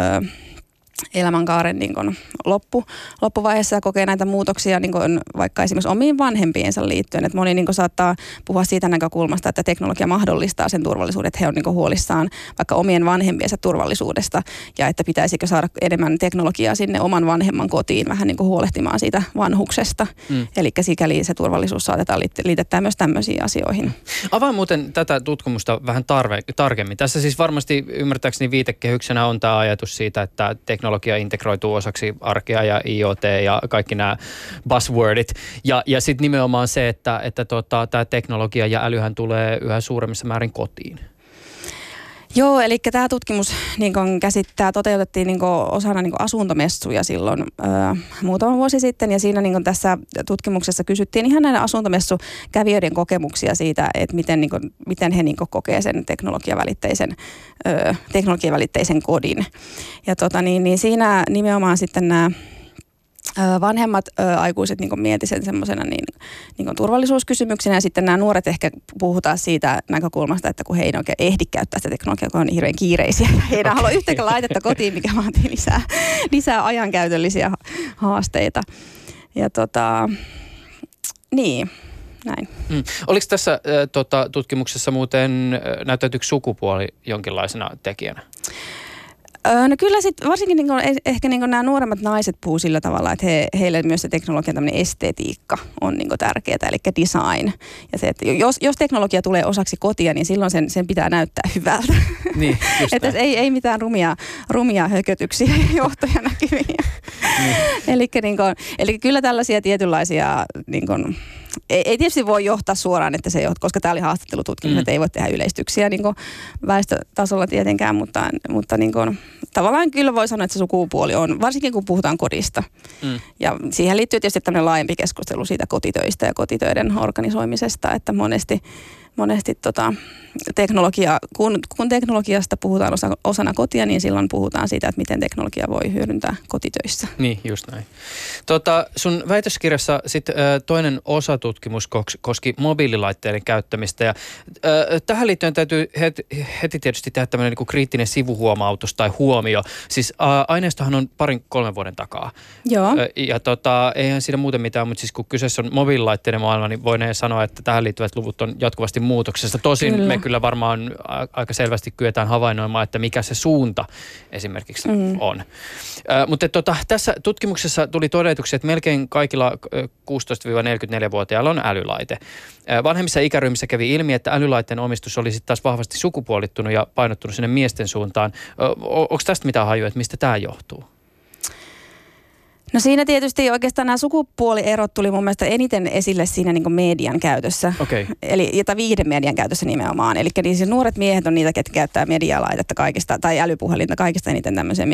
elämänkaaren niin kuin loppuvaiheessa ja kokee näitä muutoksia niin kuin vaikka esimerkiksi omiin vanhempiensa liittyen. Että moni niin kuin saattaa puhua siitä näkökulmasta, että teknologia mahdollistaa sen turvallisuuden, että he on niin kuin huolissaan vaikka omien vanhempiensa turvallisuudesta, ja että pitäisikö saada enemmän teknologiaa sinne oman vanhemman kotiin vähän niin kuin huolehtimaan siitä vanhuksesta. Eli sikäli se turvallisuus saatetaan liitetään myös tämmöisiin asioihin. Avaa muuten tätä tutkimusta vähän tarkemmin. Tässä siis varmasti ymmärtääkseni viitekehyksenä on tämä ajatus siitä, että teknologia integroituu osaksi arkea ja IoT ja kaikki nämä buzzwordit. Ja sitten nimenomaan se, että tämä teknologia ja älyhän tulee yhä suuremmissa määrin kotiin. Joo, eli tämä tutkimus niin toteutettiin niin osana niin asuntomessuja silloin muutama vuosi sitten, ja siinä niin tässä tutkimuksessa kysyttiin ihan näiden asuntomessukävijöiden kokemuksia siitä, että miten he niin kokee sen teknologiavälitteisen kodin. Ja siinä nimenomaan sitten nämä vanhemmat aikuiset niin mieti sen semmoisena niin turvallisuuskysymyksenä, ja sitten nämä nuoret ehkä puhutaan siitä näkökulmasta, että kun he ei oikein ehdi käyttää sitä teknologiaa, kun on hirveän kiireisiä, ja he ei halua yhtäkään laitetta kotiin, mikä vaatii lisää ajankäytöllisiä haasteita. Ja niin, näin. Oliko tässä tutkimuksessa muuten, näyttäytyykö sukupuoli jonkinlaisena tekijänä? No kyllä sitten varsinkin ehkä nämä nuoremmat naiset puhuu sillä tavalla, että heille myös se teknologian tämmöinen estetiikka on tärkeää, eli design. Ja se, että jos teknologia tulee osaksi kotia, niin silloin sen pitää näyttää hyvältä. Niin, että ei mitään rumia hökötyksiä johtoja näkyviä. Eli kyllä tällaisia tietynlaisia ei tietysti voi johtaa suoraan, että se koska tämä oli haastattelututkimus, että ei voi tehdä yleistyksiä väestötasolla tietenkään, mutta tavallaan kyllä voi sanoa, että se sukupuoli on, varsinkin kun puhutaan kodista. Ja siihen liittyy tietysti tämmöinen laajempi keskustelu siitä kotitöistä ja kotitöiden organisoimisesta, että monesti teknologia, kun teknologiasta puhutaan osana kotia, niin silloin puhutaan siitä, että miten teknologia voi hyödyntää kotitöissä. Niin, just näin. Sun väitöskirjassa sitten toinen osatutkimus koski mobiililaitteiden käyttämistä, ja tähän liittyen täytyy heti tietysti tehdä tämmöinen niin kriittinen sivuhuomautus tai huomio. Siis aineistohan on 2-3 vuoden takaa. Joo. Ja eihän siinä muuten mitään, mutta siis kun kyseessä on mobiililaitteiden maailma, niin voineen sanoa, että tähän liittyvät luvut on jatkuvasti muutoksesta. Tosin me kyllä varmaan aika selvästi kyetään havainnoimaan, että mikä se suunta esimerkiksi on. Mutta tässä tutkimuksessa tuli todetuksi, että melkein kaikilla 16-44-vuotiailla on älylaite. Vanhemmissa ikäryhmissä kävi ilmi, että älylaitteen omistus oli sitten taas vahvasti sukupuolittunut ja painottunut sinne miesten suuntaan. Onko tästä mitään hajua, että mistä tämä johtuu? No siinä tietysti oikeastaan nämä sukupuolierot tuli mun mielestä eniten esille siinä niin kuin median käytössä. Okay. Eli viihdemedian käytössä nimenomaan. Eli niin siis nuoret miehet on niitä, ketkä käyttää medialaitetta kaikista, tai älypuhelinta kaikista eniten tämmöiseen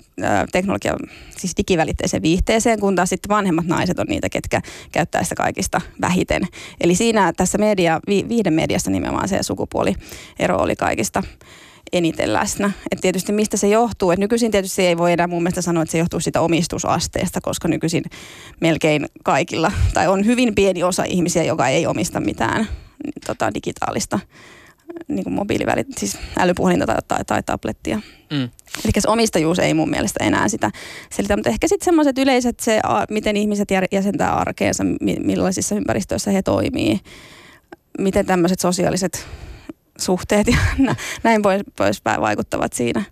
siis digivälitteiseen viihteeseen, kun taas sitten vanhemmat naiset on niitä, ketkä käyttää sitä kaikista vähiten. Eli siinä tässä viihdemediassa nimenomaan se sukupuoliero oli kaikista eniten läsnä. Et tietysti mistä se johtuu. Et nykyisin tietysti ei voi enää mun mielestä sanoa, että se johtuu siitä omistusasteesta, koska nykyisin melkein kaikilla, tai on hyvin pieni osa ihmisiä, joka ei omista mitään digitaalista niin kuin siis älypuhelinta tai tablettia. Eli se omistajuus ei mun mielestä enää sitä selitä, mutta ehkä sitten semmoiset yleiset, miten ihmiset jäsentää arkeensa, millaisissa ympäristöissä he toimii, miten tämmöiset sosiaaliset suhteet ja näin poispäin vaikuttavat siinä.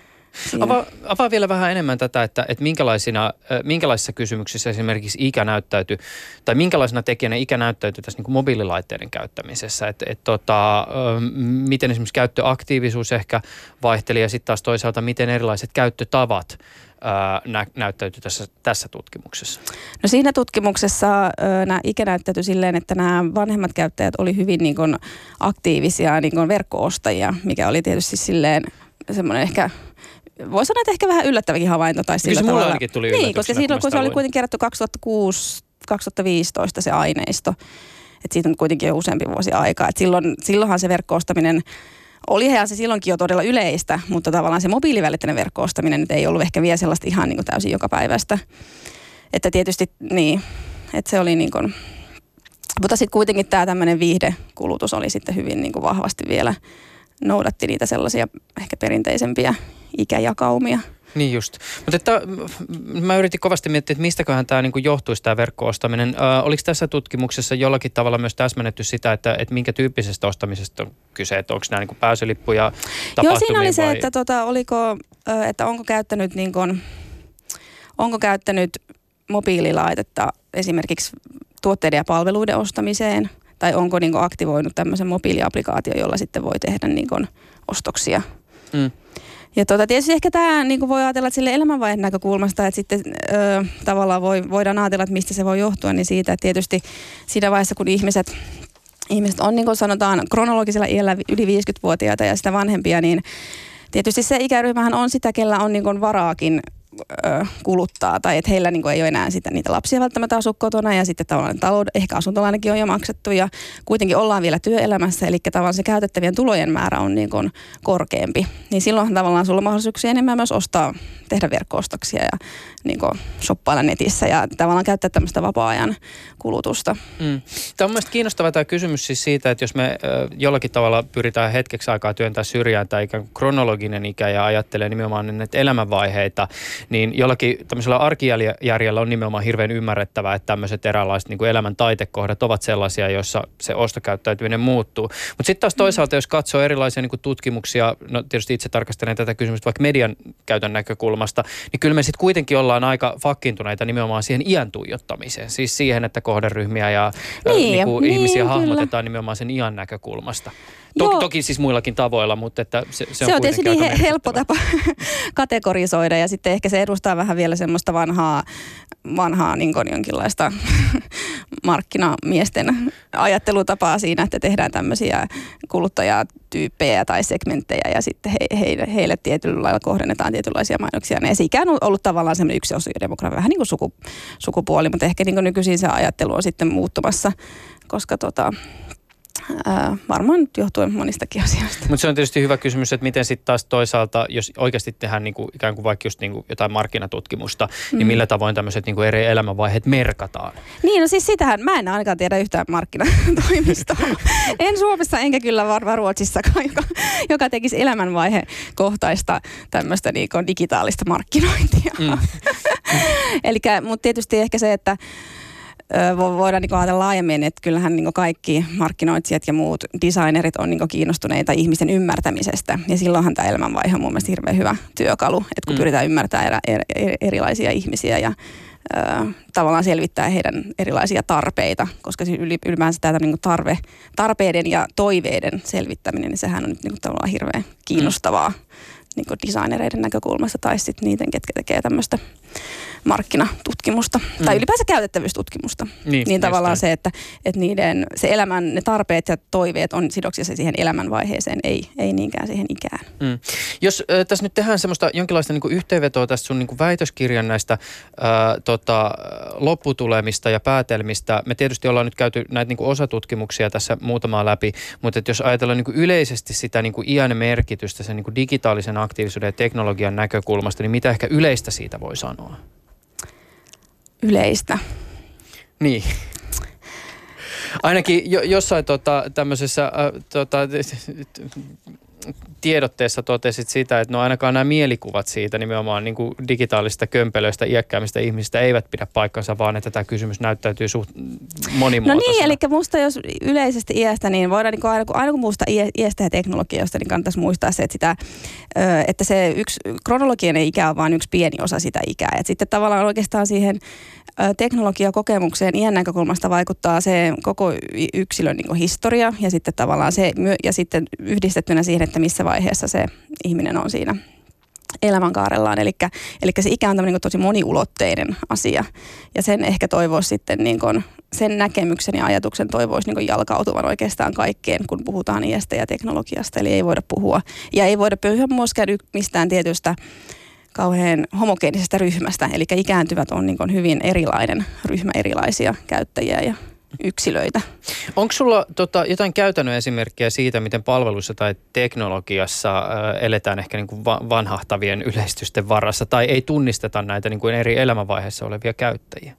Avaa vielä vähän enemmän tätä, että minkälaisissa kysymyksissä esimerkiksi ikä näyttäytyy, tai minkälaisena tekijänä ikä näyttäytyy tässä niin kuin mobiililaitteiden käyttämisessä. Miten esimerkiksi käyttöaktiivisuus ehkä vaihteli ja sitten taas toisaalta miten erilaiset käyttötavat näyttäytyy tässä tutkimuksessa? No siinä tutkimuksessa nämä ikä näyttäytyi silleen, että nämä vanhemmat käyttäjät oli hyvin niin kuin aktiivisia niin kuin verkko-ostajia, mikä oli tietysti silleen semmoinen ehkä, voi sanoa, että ehkä vähän yllättäväkin havainto. Tai sillä tavalla. Mulla ainakin tuli yllätyksenä. Niin, koska silloin, kun se oli kuitenkin kerätty 2006-2015 se aineisto, että siitä on kuitenkin jo useampi vuosi aikaa. Että silloinhan se verkko-ostaminen olihan se silloinkin jo todella yleistä, mutta tavallaan se mobiilivälitteinen verkko-ostaminen nyt ei ollut ehkä vielä sellaista ihan niin kuin täysin jokapäiväistä. Että tietysti niin, että se oli niin kuin, mutta sitten kuitenkin tämä tämmöinen viihdekulutus oli sitten hyvin niin kuin vahvasti vielä noudatti niitä sellaisia ehkä perinteisempiä ikäjakaumia. Niin just. Mutta mä yritin kovasti miettiä, että mistäköhän tämä niinku johtuisi tämä verkko-ostaminen. Oliko tässä tutkimuksessa jollakin tavalla myös täsmennetty sitä, että minkä tyyppisestä ostamisesta on kyse? Että onko nämä niinku pääsylippuja, tapahtumia? Joo, siinä oli se, että onko käyttänyt mobiililaitetta esimerkiksi tuotteiden ja palveluiden ostamiseen, tai onko niin kuin aktivoinut tämmöisen mobiiliaplikaation, jolla sitten voi tehdä niin kuin ostoksia. Ja tietysti ehkä tämä niin kuin voi ajatella, että sille elämänvaiheen näkökulmasta, että sitten tavallaan voidaan ajatella, että mistä se voi johtua, niin siitä, että tietysti siinä vaiheessa, kun ihmiset on niin kuin sanotaan kronologisella iällä yli 50-vuotiaita ja sitä vanhempia, niin tietysti se ikäryhmähän on sitä, kellä on niin kuin varaakin kuluttaa, tai että heillä niin kuin ei ole enää niitä lapsia välttämättä asu kotona, ja sitten tavallaan ehkä asuntolainakin on jo maksettu, ja kuitenkin ollaan vielä työelämässä, eli tavallaan se käytettävien tulojen määrä on niin kuin korkeampi. Niin silloinhan tavallaan sulla on mahdollisuuksia enemmän myös tehdä verkko-ostoksia ja niin kuin shoppailla netissä, ja tavallaan käyttää tämmöistä vapaa-ajan kulutusta. Tämä on mielestäni kiinnostava tämä kysymys siis siitä, että jos me jollakin tavalla pyritään hetkeksi aikaa työntää syrjään tai ikään kuin kronologinen ikä ja ajattelee nimenomaan näitä elämänvaiheita, niin jollakin tämmöisellä arkijärjellä on nimenomaan hirveän ymmärrettävää, että tämmöiset eräänlaiset niin kuin elämän taitekohdat ovat sellaisia, joissa se ostokäyttäytyminen muuttuu. Mutta sitten taas toisaalta, jos katsoo erilaisia niin kuin tutkimuksia, no tietysti itse tarkastelen tätä kysymystä vaikka median käytön näkökulmasta, niin kyllä me sitten kuitenkin ollaan aika fakkiintuneita nimenomaan siihen iän tuijottamiseen. Siis siihen, että kohderyhmiä ja ihmisiä hahmotetaan nimenomaan sen iän näkökulmasta. Toki siis muillakin tavoilla, mutta että se on tietysti niin helppo tapa kategorisoida, ja sitten ehkä se edustaa vähän vielä semmoista vanhaa niin kuin jonkinlaista markkinamiesten ajattelutapaa siinä, että tehdään tämmöisiä kuluttajatyyppejä tai segmenttejä, ja sitten heille tietyllä lailla kohdennetaan tietynlaisia mainoksia. Ja se ikään on ollut tavallaan semmoinen yksi sosiaalidemokratia, vähän niin kuin sukupuoli, mutta ehkä niin kuin nykyisin se ajattelu on sitten muuttumassa, koska varmaan johtuen monistakin asioista. Mutta se on tietysti hyvä kysymys, että miten sitten taas toisaalta, jos oikeasti tehdään niinku, ikään kuin vaikka just niinku jotain markkinatutkimusta, niin millä tavoin tämmöiset niinku eri elämänvaiheet merkataan? Niin, no siis sitähän, mä en ainakaan tiedä yhtään markkinatoimistoa. En Suomessa enkä kyllä varmaan Ruotsissakaan, joka tekisi elämänvaihekohtaista tämmöistä niinku digitaalista markkinointia. Mutta tietysti ehkä se, että voidaan niin ajatella laajemmin, että kyllähän niin kaikki markkinoitsijat ja muut designerit on niin kiinnostuneita ihmisten ymmärtämisestä. Ja silloinhan tämä elämänvaihe on mun mielestä hirveän hyvä työkalu, että kun pyritään ymmärtämään erilaisia ihmisiä ja tavallaan selvittää heidän erilaisia tarpeita, koska ylipäänsä tämä niin tarpeiden ja toiveiden selvittäminen, niin sehän on nyt niin tavallaan hirveän kiinnostavaa niin designereiden näkökulmasta tai sitten niiden, ketkä tekee tämmöistä markkinatutkimusta tai ylipäänsä käytettävyystutkimusta. Niin tavallaan se, että se elämän, ne tarpeet ja toiveet on sidoksissa siihen elämänvaiheeseen, ei niinkään siihen ikään. Jos tässä nyt tehdään semmoista jonkinlaista niin kuin yhteenvetoa tästä sun niin kuin väitöskirjan näistä lopputulemista ja päätelmistä. Me tietysti ollaan nyt käyty näitä niin kuin osatutkimuksia tässä muutamaa läpi, mutta että jos ajatellaan niin kuin yleisesti sitä niin kuin iän merkitystä sen niin kuin digitaalisen aktiivisuuden ja teknologian näkökulmasta, niin mitä ehkä yleistä siitä voi sanoa? Yleistä. Niin. Ainakin jossain tämmöisessä tiedotteessa totesit sitä, että no ainakaan nämä mielikuvat siitä nimenomaan niin kuin digitaalisista kömpelöistä, iäkkäämistä ihmisistä eivät pidä paikkansa, vaan että tämä kysymys näyttäytyy suht monimuotoisena. No niin, eli musta jos yleisesti iästä, niin voidaan niin aina kun muista iästä ja teknologiasta, niin kannattaisi muistaa se, että se yksi kronologinen ikä on vain yksi pieni osa sitä ikää. Et sitten tavallaan oikeastaan siihen teknologiakokemukseen iän näkökulmasta vaikuttaa se koko yksilön niin kuin historia ja sitten tavallaan se, ja sitten yhdistettynä siihen, että missä vaiheessa se ihminen on siinä elämänkaarellaan. Eli se ikä on tämmöinen niin tosi moniulotteinen asia ja sen ehkä toivoisi sitten niin kuin, sen näkemyksen ja ajatuksen toivoisi niin jalkautuvan oikeastaan kaikkeen, kun puhutaan iästä ja teknologiasta. Eli ei voida puhua ja ei voida puhua myöskään mistään tietystä kauhean homogeenisesta ryhmästä. Eli ikääntyvät on niin kuin hyvin erilainen ryhmä erilaisia käyttäjiä ja yksilöitä. Onko sulla jotain käytännön esimerkkejä siitä, miten palveluissa tai teknologiassa eletään ehkä niin kuin vanhahtavien yleistysten varassa tai ei tunnisteta näitä niin kuin eri elämänvaiheissa olevia käyttäjiä?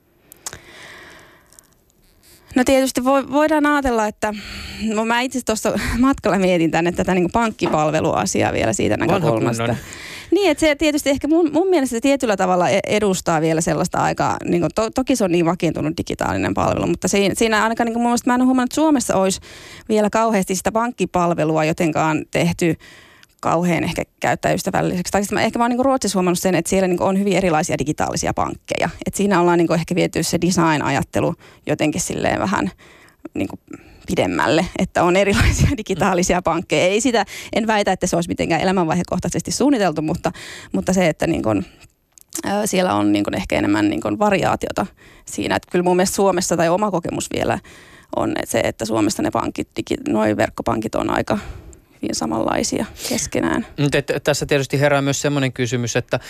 No tietysti voidaan ajatella, että mä itse tuossa matkalla mietin tänne tätä niin kuin pankkipalveluasiaa vielä siitä näkökulmasta. Niin, että se tietysti ehkä mun mielestä se tietyllä tavalla edustaa vielä sellaista aikaa, niin kuin toki se on niin vakiintunut digitaalinen palvelu, mutta siinä ainakaan niin kuin mun mielestä mä en ole huomannut, että Suomessa olisi vielä kauheasti sitä pankkipalvelua jotenkaan tehty kauhean ehkä käyttäjäystävälliseksi. Tai ehkä mä oon niin kuin Ruotsissa huomannut sen, että siellä niin kuin on hyvin erilaisia digitaalisia pankkeja. Että siinä ollaan niin kuin ehkä viety se design-ajattelu jotenkin silleen vähän niin kuin pidemmälle, että on erilaisia digitaalisia pankkeja. En väitä, että se olisi mitenkään elämänvaihekohtaisesti suunniteltu, mutta se, että niin kuin, siellä on niin kuin ehkä enemmän niin kuin variaatiota siinä. Että kyllä mun mielestä Suomessa tai oma kokemus vielä on että se, että Suomessa ne pankit, noi verkkopankit on aika hyvin samanlaisia keskenään. Tässä tietysti herää myös semmoinen kysymys, että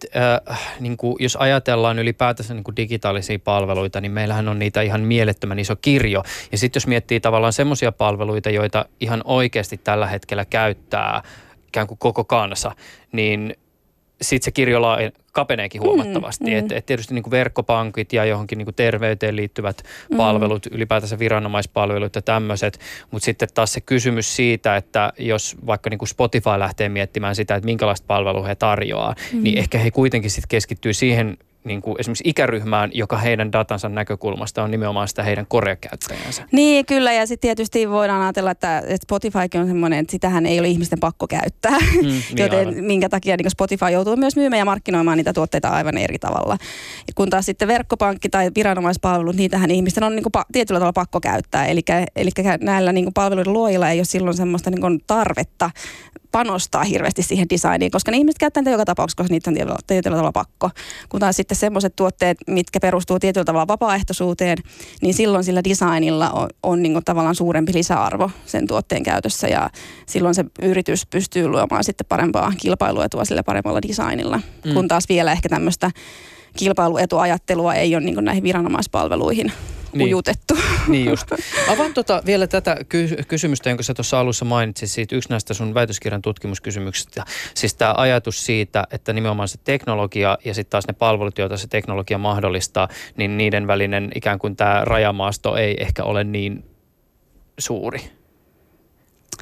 niin kuin jos ajatellaan ylipäätänsä niin kuin digitaalisia palveluita, niin meillähän on niitä ihan mielettömän iso kirjo. Ja sitten jos miettii tavallaan semmoisia palveluita, joita ihan oikeasti tällä hetkellä käyttää ikään kuin koko kansa, niin sitten se kirjo kapeneekin huomattavasti. Et tietysti niin kuin verkkopankit ja johonkin niin kuin terveyteen liittyvät palvelut, ylipäätänsä viranomaispalvelut ja tämmöiset. Mutta sitten taas se kysymys siitä, että jos vaikka niin kuin Spotify lähtee miettimään sitä, että minkälaista palvelua he tarjoaa, niin ehkä he kuitenkin sitten keskittyy siihen niin kuin esimerkiksi ikäryhmään, joka heidän datansa näkökulmasta on nimenomaan sitä heidän koreakäyttäjänsä. Niin, kyllä. Ja sitten tietysti voidaan ajatella, että Spotifykin on semmoinen, että sitähän ei ole ihmisten pakko käyttää. Joten aivan. Minkä takia niin Spotify joutuu myös myymään ja markkinoimaan niitä tuotteita aivan eri tavalla. Ja kun taas sitten verkkopankki tai viranomaispalvelut, niitähän ihmisten on niin kuin tietyllä tavalla pakko käyttää. Eli näillä niin kuin palveluiden luojilla ei ole silloin semmoista niin kuin tarvetta panostaa hirveästi siihen designiin, koska ne ihmiset käyttää niitä joka tapauksessa, koska niitä on tietyllä tavalla pakko. Kun taas sitten semmoiset tuotteet, mitkä perustuu tietyllä tavalla vapaaehtoisuuteen, niin silloin sillä designilla on niin kuin tavallaan suurempi lisäarvo sen tuotteen käytössä ja silloin se yritys pystyy luomaan sitten parempaa kilpailuetua sillä paremmalla designilla. Kun taas vielä ehkä tämmöistä kilpailuetuajattelua ei ole niin kuin näihin viranomaispalveluihin ujutettu. Niin just. Avaan vielä tätä kysymystä, jonka sä tuossa alussa mainitsit siitä yksi näistä sun väitöskirjan tutkimuskysymyksistä. Siis tämä ajatus siitä, että nimenomaan se teknologia ja sitten taas ne palvelut, joita se teknologia mahdollistaa, niin niiden välinen ikään kuin tämä rajamaasto ei ehkä ole niin suuri.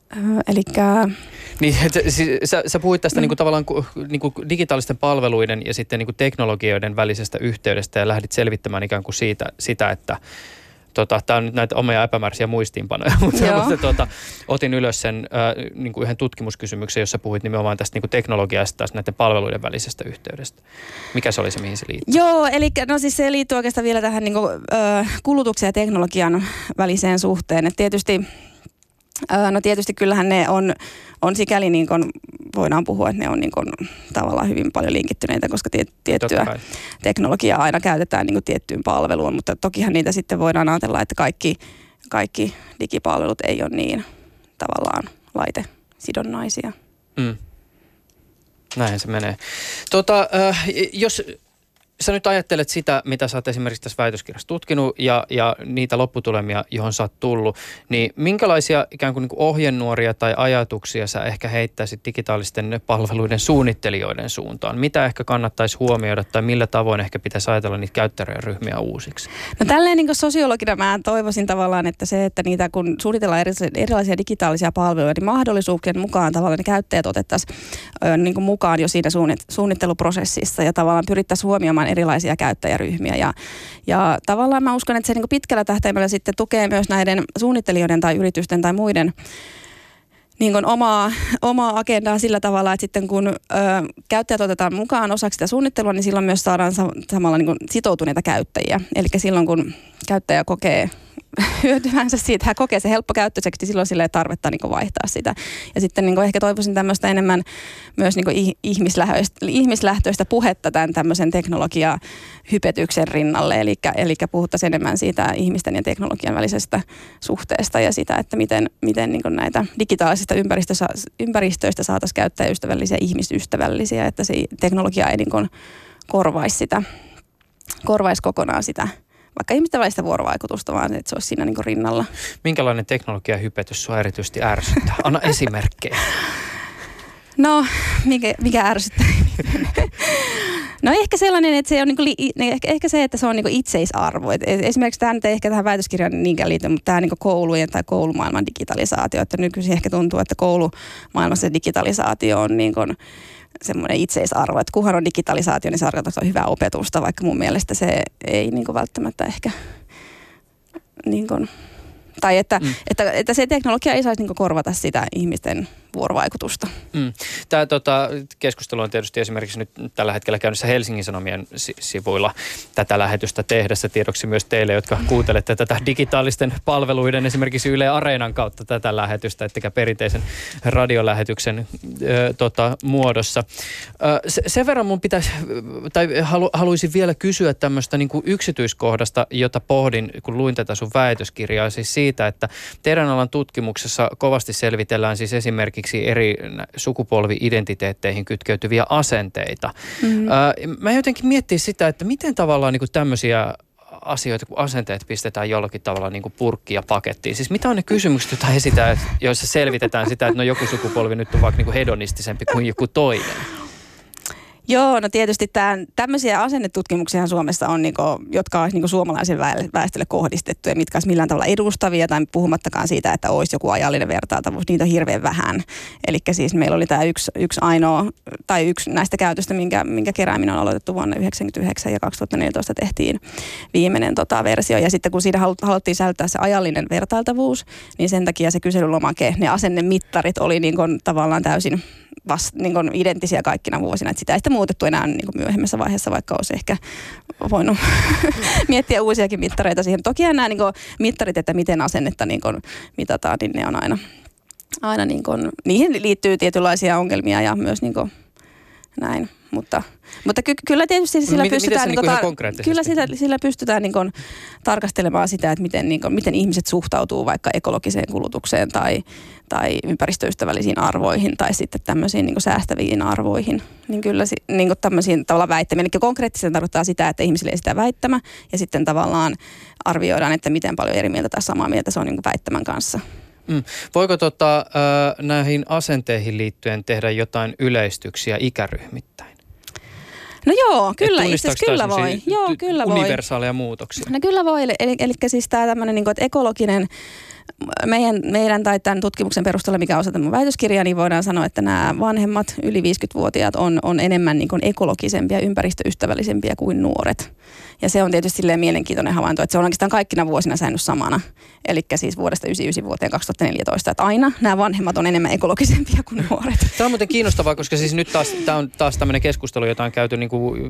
Elikkä... Niin, sä puhuit tästä niinku tavallaan niinku digitaalisten palveluiden ja sitten niinku teknologioiden välisestä yhteydestä ja lähdit selvittämään ikään kuin sitä, että tämä on nyt näitä omia epämääräisiä muistiinpanoja, mutta otin ylös sen niinku yhden tutkimuskysymyksen, jossa puhuit nimenomaan tästä niinku teknologiasta ja näiden palveluiden välisestä yhteydestä. Mikä se oli se, mihin se liittyy? Joo, eli no siis se liittyy oikeastaan vielä tähän niinku, kulutuksen ja teknologian väliseen suhteen. Et tietysti kyllähän ne on sikäli niin kuin voidaan puhua, että ne on niin kuin tavallaan hyvin paljon linkittyneitä, koska tiettyä teknologiaa aina käytetään niin kuin tiettyyn palveluun, mutta tokihan niitä sitten voidaan ajatella, että kaikki digipalvelut ei ole niin tavallaan laitesidonnaisia. Näin se menee. Jos sä nyt ajattelet sitä, mitä sä oot esimerkiksi tässä väitöskirjassa tutkinut ja niitä lopputulemia, johon sä oot tullut, niin minkälaisia ikään kuin ohjenuoria tai ajatuksia sä ehkä heittäisit digitaalisten palveluiden suunnittelijoiden suuntaan? Mitä ehkä kannattaisi huomioida tai millä tavoin ehkä pitäisi ajatella niitä käyttäjäryhmiä uusiksi? No tälleen niin kuin sosiologina mä toivoisin tavallaan, että se, että niitä kun suunnitellaan erilaisia digitaalisia palveluja, niin mahdollisuuksien mukaan tavallaan ne käyttäjät otettaisiin niin kuin mukaan jo siinä suunnitteluprosessissa ja tavallaan pyrittäisiin huomioimaan erilaisia käyttäjäryhmiä. Ja tavallaan mä uskon, että se niin kuin pitkällä tähtäimellä sitten tukee myös näiden suunnittelijoiden tai yritysten tai muiden niin kuin omaa agendaa sillä tavalla, että sitten kun käyttäjät otetaan mukaan osaksi sitä suunnittelua, niin silloin myös saadaan samalla niin kuin sitoutuneita käyttäjiä. Eli silloin kun käyttäjä kokee hyötyvänsä siitä, hän kokee se helppokäyttöiseksi, niin silloin sillä ei tarvetta niin kuin vaihtaa sitä. Ja sitten niin kuin ehkä toivoisin tämmöistä enemmän myös niin kuin ihmislähtöistä puhetta tämän tämmöisen teknologiahypetyksen rinnalle. Eli puhuttaisiin enemmän siitä ihmisten ja teknologian välisestä suhteesta ja sitä, että miten niin kuin näitä digitaalisista ympäristöistä saataisiin käyttäjäystävällisiä, ihmisystävällisiä, että se teknologia ei niin kuin korvaisi kokonaan sitä vaikka ihmisten välistä vuorovaikutusta, vaan että se olisi siinä niin kuin rinnalla. Minkälainen teknologiahypetys sua erityisesti ärsyttää? Anna esimerkkejä. No, mikä ärsyttää? No ehkä sellainen, että se on ehkä se, että se on niinku itseisarvo. Et esimerkiksi tämä nyt ei ehkä tähän väitöskirjaan niinkään liity, mutta tämä niinku koulujen tai koulumaailman digitalisaatio, että nykyisin ehkä tuntuu, että koulumaailmassa digitalisaatio on niinku semmoinen itseisarvo, että kunhan on digitalisaatio, niin se tarkoittaa hyvää opetusta, vaikka mun mielestä se ei niinku välttämättä ehkä niinku, tai että se teknologia ei saisi niinku korvata sitä ihmisten vuorovaikutusta. Tämä keskustelu on tietysti esimerkiksi nyt tällä hetkellä käynnissä Helsingin Sanomien sivuilla tätä lähetystä tehdessä. Tiedoksi myös teille, jotka kuuntelette tätä digitaalisten palveluiden esimerkiksi Yle Areenan kautta tätä lähetystä, ettekä perinteisen radiolähetyksen muodossa. Sen verran mun pitäisi, tai haluaisin vielä kysyä tämmöistä niin kuin yksityiskohdasta, jota pohdin, kun luin tätä sun väitöskirjaa, siis siitä, että teidän alan tutkimuksessa kovasti selvitellään siis esimerkiksi eri sukupolvi-identiteetteihin kytkeytyviä asenteita. Mä jotenkin miettiä sitä, että miten tavallaan niin kuin tämmöisiä asioita, kun asenteet pistetään jollakin tavalla niin kuin purkkiin ja pakettiin. Siis mitä on ne kysymykset, joita esitään, joissa selvitetään sitä, että no joku sukupolvi nyt on vaikka niin kuin hedonistisempi kuin joku toinen? Joo, no tietysti tämmöisiä asennetutkimuksia Suomessa on, jotka olisi suomalaisen väestölle kohdistettu ja mitkä olisi millään tavalla edustavia tai puhumattakaan siitä, että olisi joku ajallinen vertailtavuus. Niitä on hirveän vähän. Eli siis meillä oli tämä yksi näistä käytöstä, minkä kerääminen on aloitettu vuonna 1999 ja 2014 tehtiin viimeinen versio. Ja sitten kun siinä haluttiin säilyttää se ajallinen vertailtavuus, niin sen takia se kyselylomake, ne asennemittarit oli tavallaan täysin identtisiä kaikkina vuosina, että sitä ei sitten muutettu enää myöhemmässä vaiheessa, vaikka olisi ehkä voinut miettiä uusiakin mittareita siihen. Toki nämä mittarit, että miten asennetta mitataan, niin ne on aina niihin liittyy tietynlaisia ongelmia ja myös näin. Mutta kyllä tietysti sillä pystytään, sillä pystytään tarkastelemaan sitä, että miten ihmiset suhtautuu vaikka ekologiseen kulutukseen tai ympäristöystävällisiin arvoihin tai sitten tämmöisiin säästäviin arvoihin. Niin kyllä tämmöisiin tavallaan väittämiä. Eli konkreettisesti tarkoittaa sitä, että ihmisille esitään väittämä ja sitten tavallaan arvioidaan, että miten paljon eri mieltä tai samaa mieltä se on väittämän kanssa. Voiko näihin asenteihin liittyen tehdä jotain yleistyksiä ikäryhmittäin? No joo, kyllä itse asiassa kyllä voi. Joo, kyllä voi. Universaaleja muutoksia? No kyllä voi, eli siis tämä tämmöinen, että ekologinen meidän tai tämän tutkimuksen perusteella, mikä on osa tämän väitöskirjaa, niin voidaan sanoa, että nämä vanhemmat yli 50-vuotiaat on enemmän niin kuin ekologisempia, ympäristöystävällisempiä kuin nuoret. Ja se on tietysti silleen mielenkiintoinen havainto, että se on oikeastaan kaikkina vuosina säilynyt samana. Eli siis vuodesta 1999 vuoteen 2014, että aina nämä vanhemmat on enemmän ekologisempia kuin nuoret. Tämä on muuten kiinnostavaa, koska siis nyt tämä on taas tämmöinen keskustelu, jota on käyty niin kuin,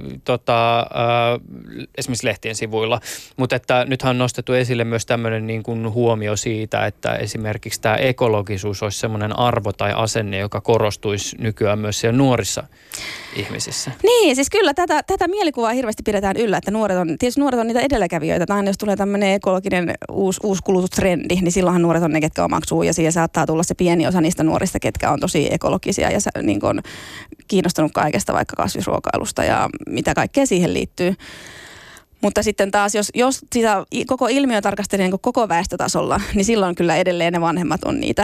esimerkiksi lehtien sivuilla. Mutta että nythän on nostettu esille myös tämmöinen niin kuin huomio siitä, että esimerkiksi tämä ekologisuus olisi semmoinen arvo tai asenne, joka korostuisi nykyään myös siellä nuorissa ihmisissä. Niin, siis kyllä tätä mielikuvaa hirveästi pidetään yllä, että nuoret on niitä edelläkävijöitä. Tai aina jos tulee tämmöinen ekologinen uusi kulutustrendi, niin silloinhan nuoret on ne, ketkä omaksuu. Ja siihen saattaa tulla se pieni osa niistä nuorista, ketkä on tosi ekologisia ja niin kuin kiinnostunut kaikesta, vaikka kasvisruokailusta ja mitä kaikkea siihen liittyy. Mutta sitten taas, jos sitä koko ilmiö tarkastelee niin koko väestötasolla, niin silloin kyllä edelleen ne vanhemmat on niitä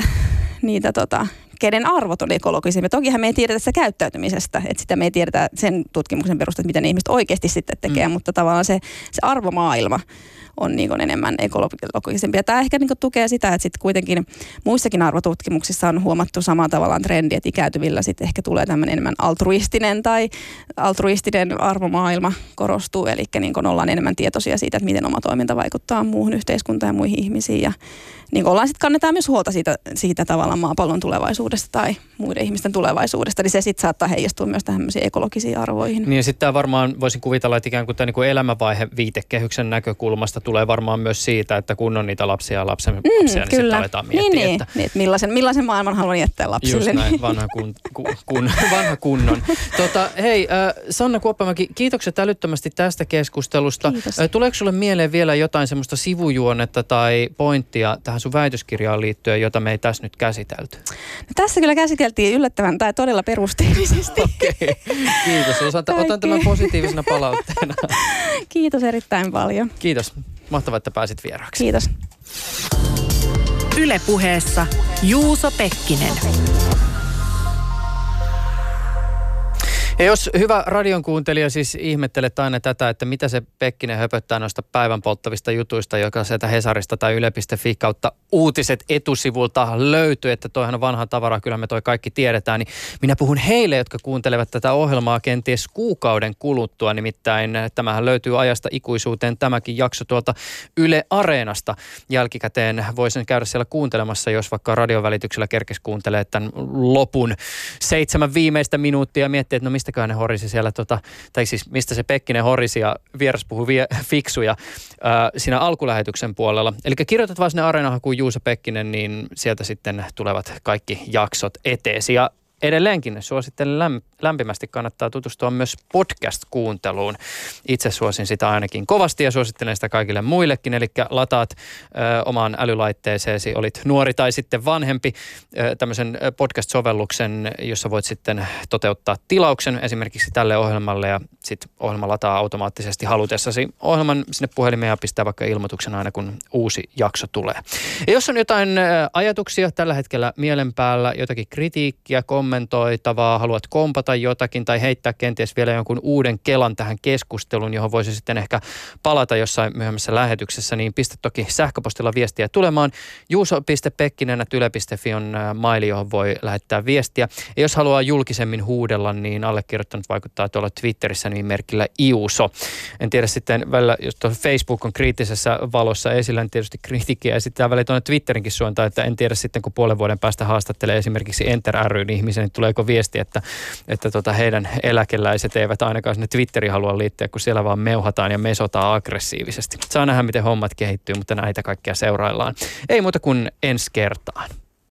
kenen arvot on ekologisempia. Tokihan me ei tiedetä sitä käyttäytymisestä, että sitä me ei tiedetä sen tutkimuksen perusteella, mitä ne ihmiset oikeasti sitten tekee, mutta tavallaan se arvomaailma on niin kuin enemmän ekologisempia. Tämä ehkä niin kuin tukee sitä, että sitten kuitenkin muissakin arvotutkimuksissa on huomattu sama tavallaan trendi, että ikääntyvillä sitten ehkä tulee tämmöinen enemmän altruistinen arvomaailma korostuu, eli niin kuin ollaan enemmän tietoisia siitä, että miten oma toiminta vaikuttaa muuhun yhteiskuntaan ja muihin ihmisiin ja niin kuin kannetaan myös huolta siitä tavallaan maapallon tulevaisuudesta tai muiden ihmisten tulevaisuudesta, niin se sitten saattaa heijastua myös tämmöisiin ekologisiin arvoihin. Niin ja sitten tämä varmaan voisin kuvitella, että ikään kuin tämä niin kuin elämänvaihe viitekehyksen näkökulmasta tulee varmaan myös siitä, että kun on niitä lapsia ja lapsia, niin sitten aletaan miettiä, että millaisen maailman haluan jättää lapsille. Just näin, vanha kunnon. Hei, Sanna Kuoppamäki, kiitokset älyttömästi tästä keskustelusta. Kiitos. Tuleeko sulle mieleen vielä jotain semmoista sivujuonnetta tai pointtia tähän sun väitöskirjaan liittyen, jota me ei tässä nyt käsitelty? No, tässä kyllä käsiteltiin yllättävän tai todella perusteellisesti. Okei, kiitos. Otan tämän positiivisena palautteena. Kiitos erittäin paljon. Kiitos. Mahtavaa, että pääsit vieraaksi. Kiitos. Yle Puheessa Juuso Pekkinen. Ja jos hyvä radion kuuntelija siis ihmettelet aina tätä, että mitä se Pekkinen höpöttää noista päivän polttavista jutuista, joka sieltä Hesarista tai yle.fi kautta uutiset etusivulta löytyy, että toihan on vanha tavara, kyllä me toi kaikki tiedetään, niin minä puhun heille, jotka kuuntelevat tätä ohjelmaa kenties kuukauden kuluttua, nimittäin tämähän löytyy ajasta ikuisuuteen tämäkin jakso tuolta Yle Areenasta. Jälkikäteen voisin käydä siellä kuuntelemassa, jos vaikka radion välityksellä kerkes kuuntelee tämän lopun 7 viimeistä minuuttia ja miettii, että no mistäköhän ne horisi siellä, tai siis mistä se Pekkinen horisi ja vieras puhuu fiksuja siinä alkulähetyksen puolella. Eli kirjoitat vaan sinne Areena-hakuun Juuso Pekkinen, niin sieltä sitten tulevat kaikki jaksot eteesi. Ja edelleenkin suosittelen lämpimästi, kannattaa tutustua myös podcast-kuunteluun. Itse suosin sitä ainakin kovasti ja suosittelen sitä kaikille muillekin. Eli lataat omaan älylaitteeseesi, olit nuori tai sitten vanhempi, tämmöisen podcast-sovelluksen, jossa voit sitten toteuttaa tilauksen esimerkiksi tälle ohjelmalle ja sitten ohjelma lataa automaattisesti halutessasi ohjelman sinne puhelimeen ja pistää vaikka ilmoituksen aina, kun uusi jakso tulee. Ja jos on jotain ajatuksia tällä hetkellä mielen päällä, jotakin kritiikkiä, kommentoitavaa, haluat kompata jotakin tai heittää kenties vielä jonkun uuden kelan tähän keskusteluun, johon voisi sitten ehkä palata jossain myöhemmässä lähetyksessä, niin pistä toki sähköpostilla viestiä tulemaan. juuso.pekkinen@yle.fi on maili, johon voi lähettää viestiä. Ja jos haluaa julkisemmin huudella, niin allekirjoittanut vaikuttaa tuolla Twitterissä nimimerkillä Iuso. En tiedä sitten välillä, jos Facebook on kriittisessä valossa esillä, niin tietysti kritiikkiä esittää välillä tuonne Twitterinkin suuntaan, että en tiedä sitten, kun puolen vuoden päästä haastattelee esimerkiksi Enter ry:n ihmisen, niin tuleeko viesti, että heidän eläkeläiset eivät ainakaan sinne Twitteriin halua liittyä, kun siellä vaan meuhataan ja mesotaan aggressiivisesti. Saa nähdä, miten hommat kehittyy, mutta näitä kaikkia seuraillaan. Ei muuta kuin ensi kertaan.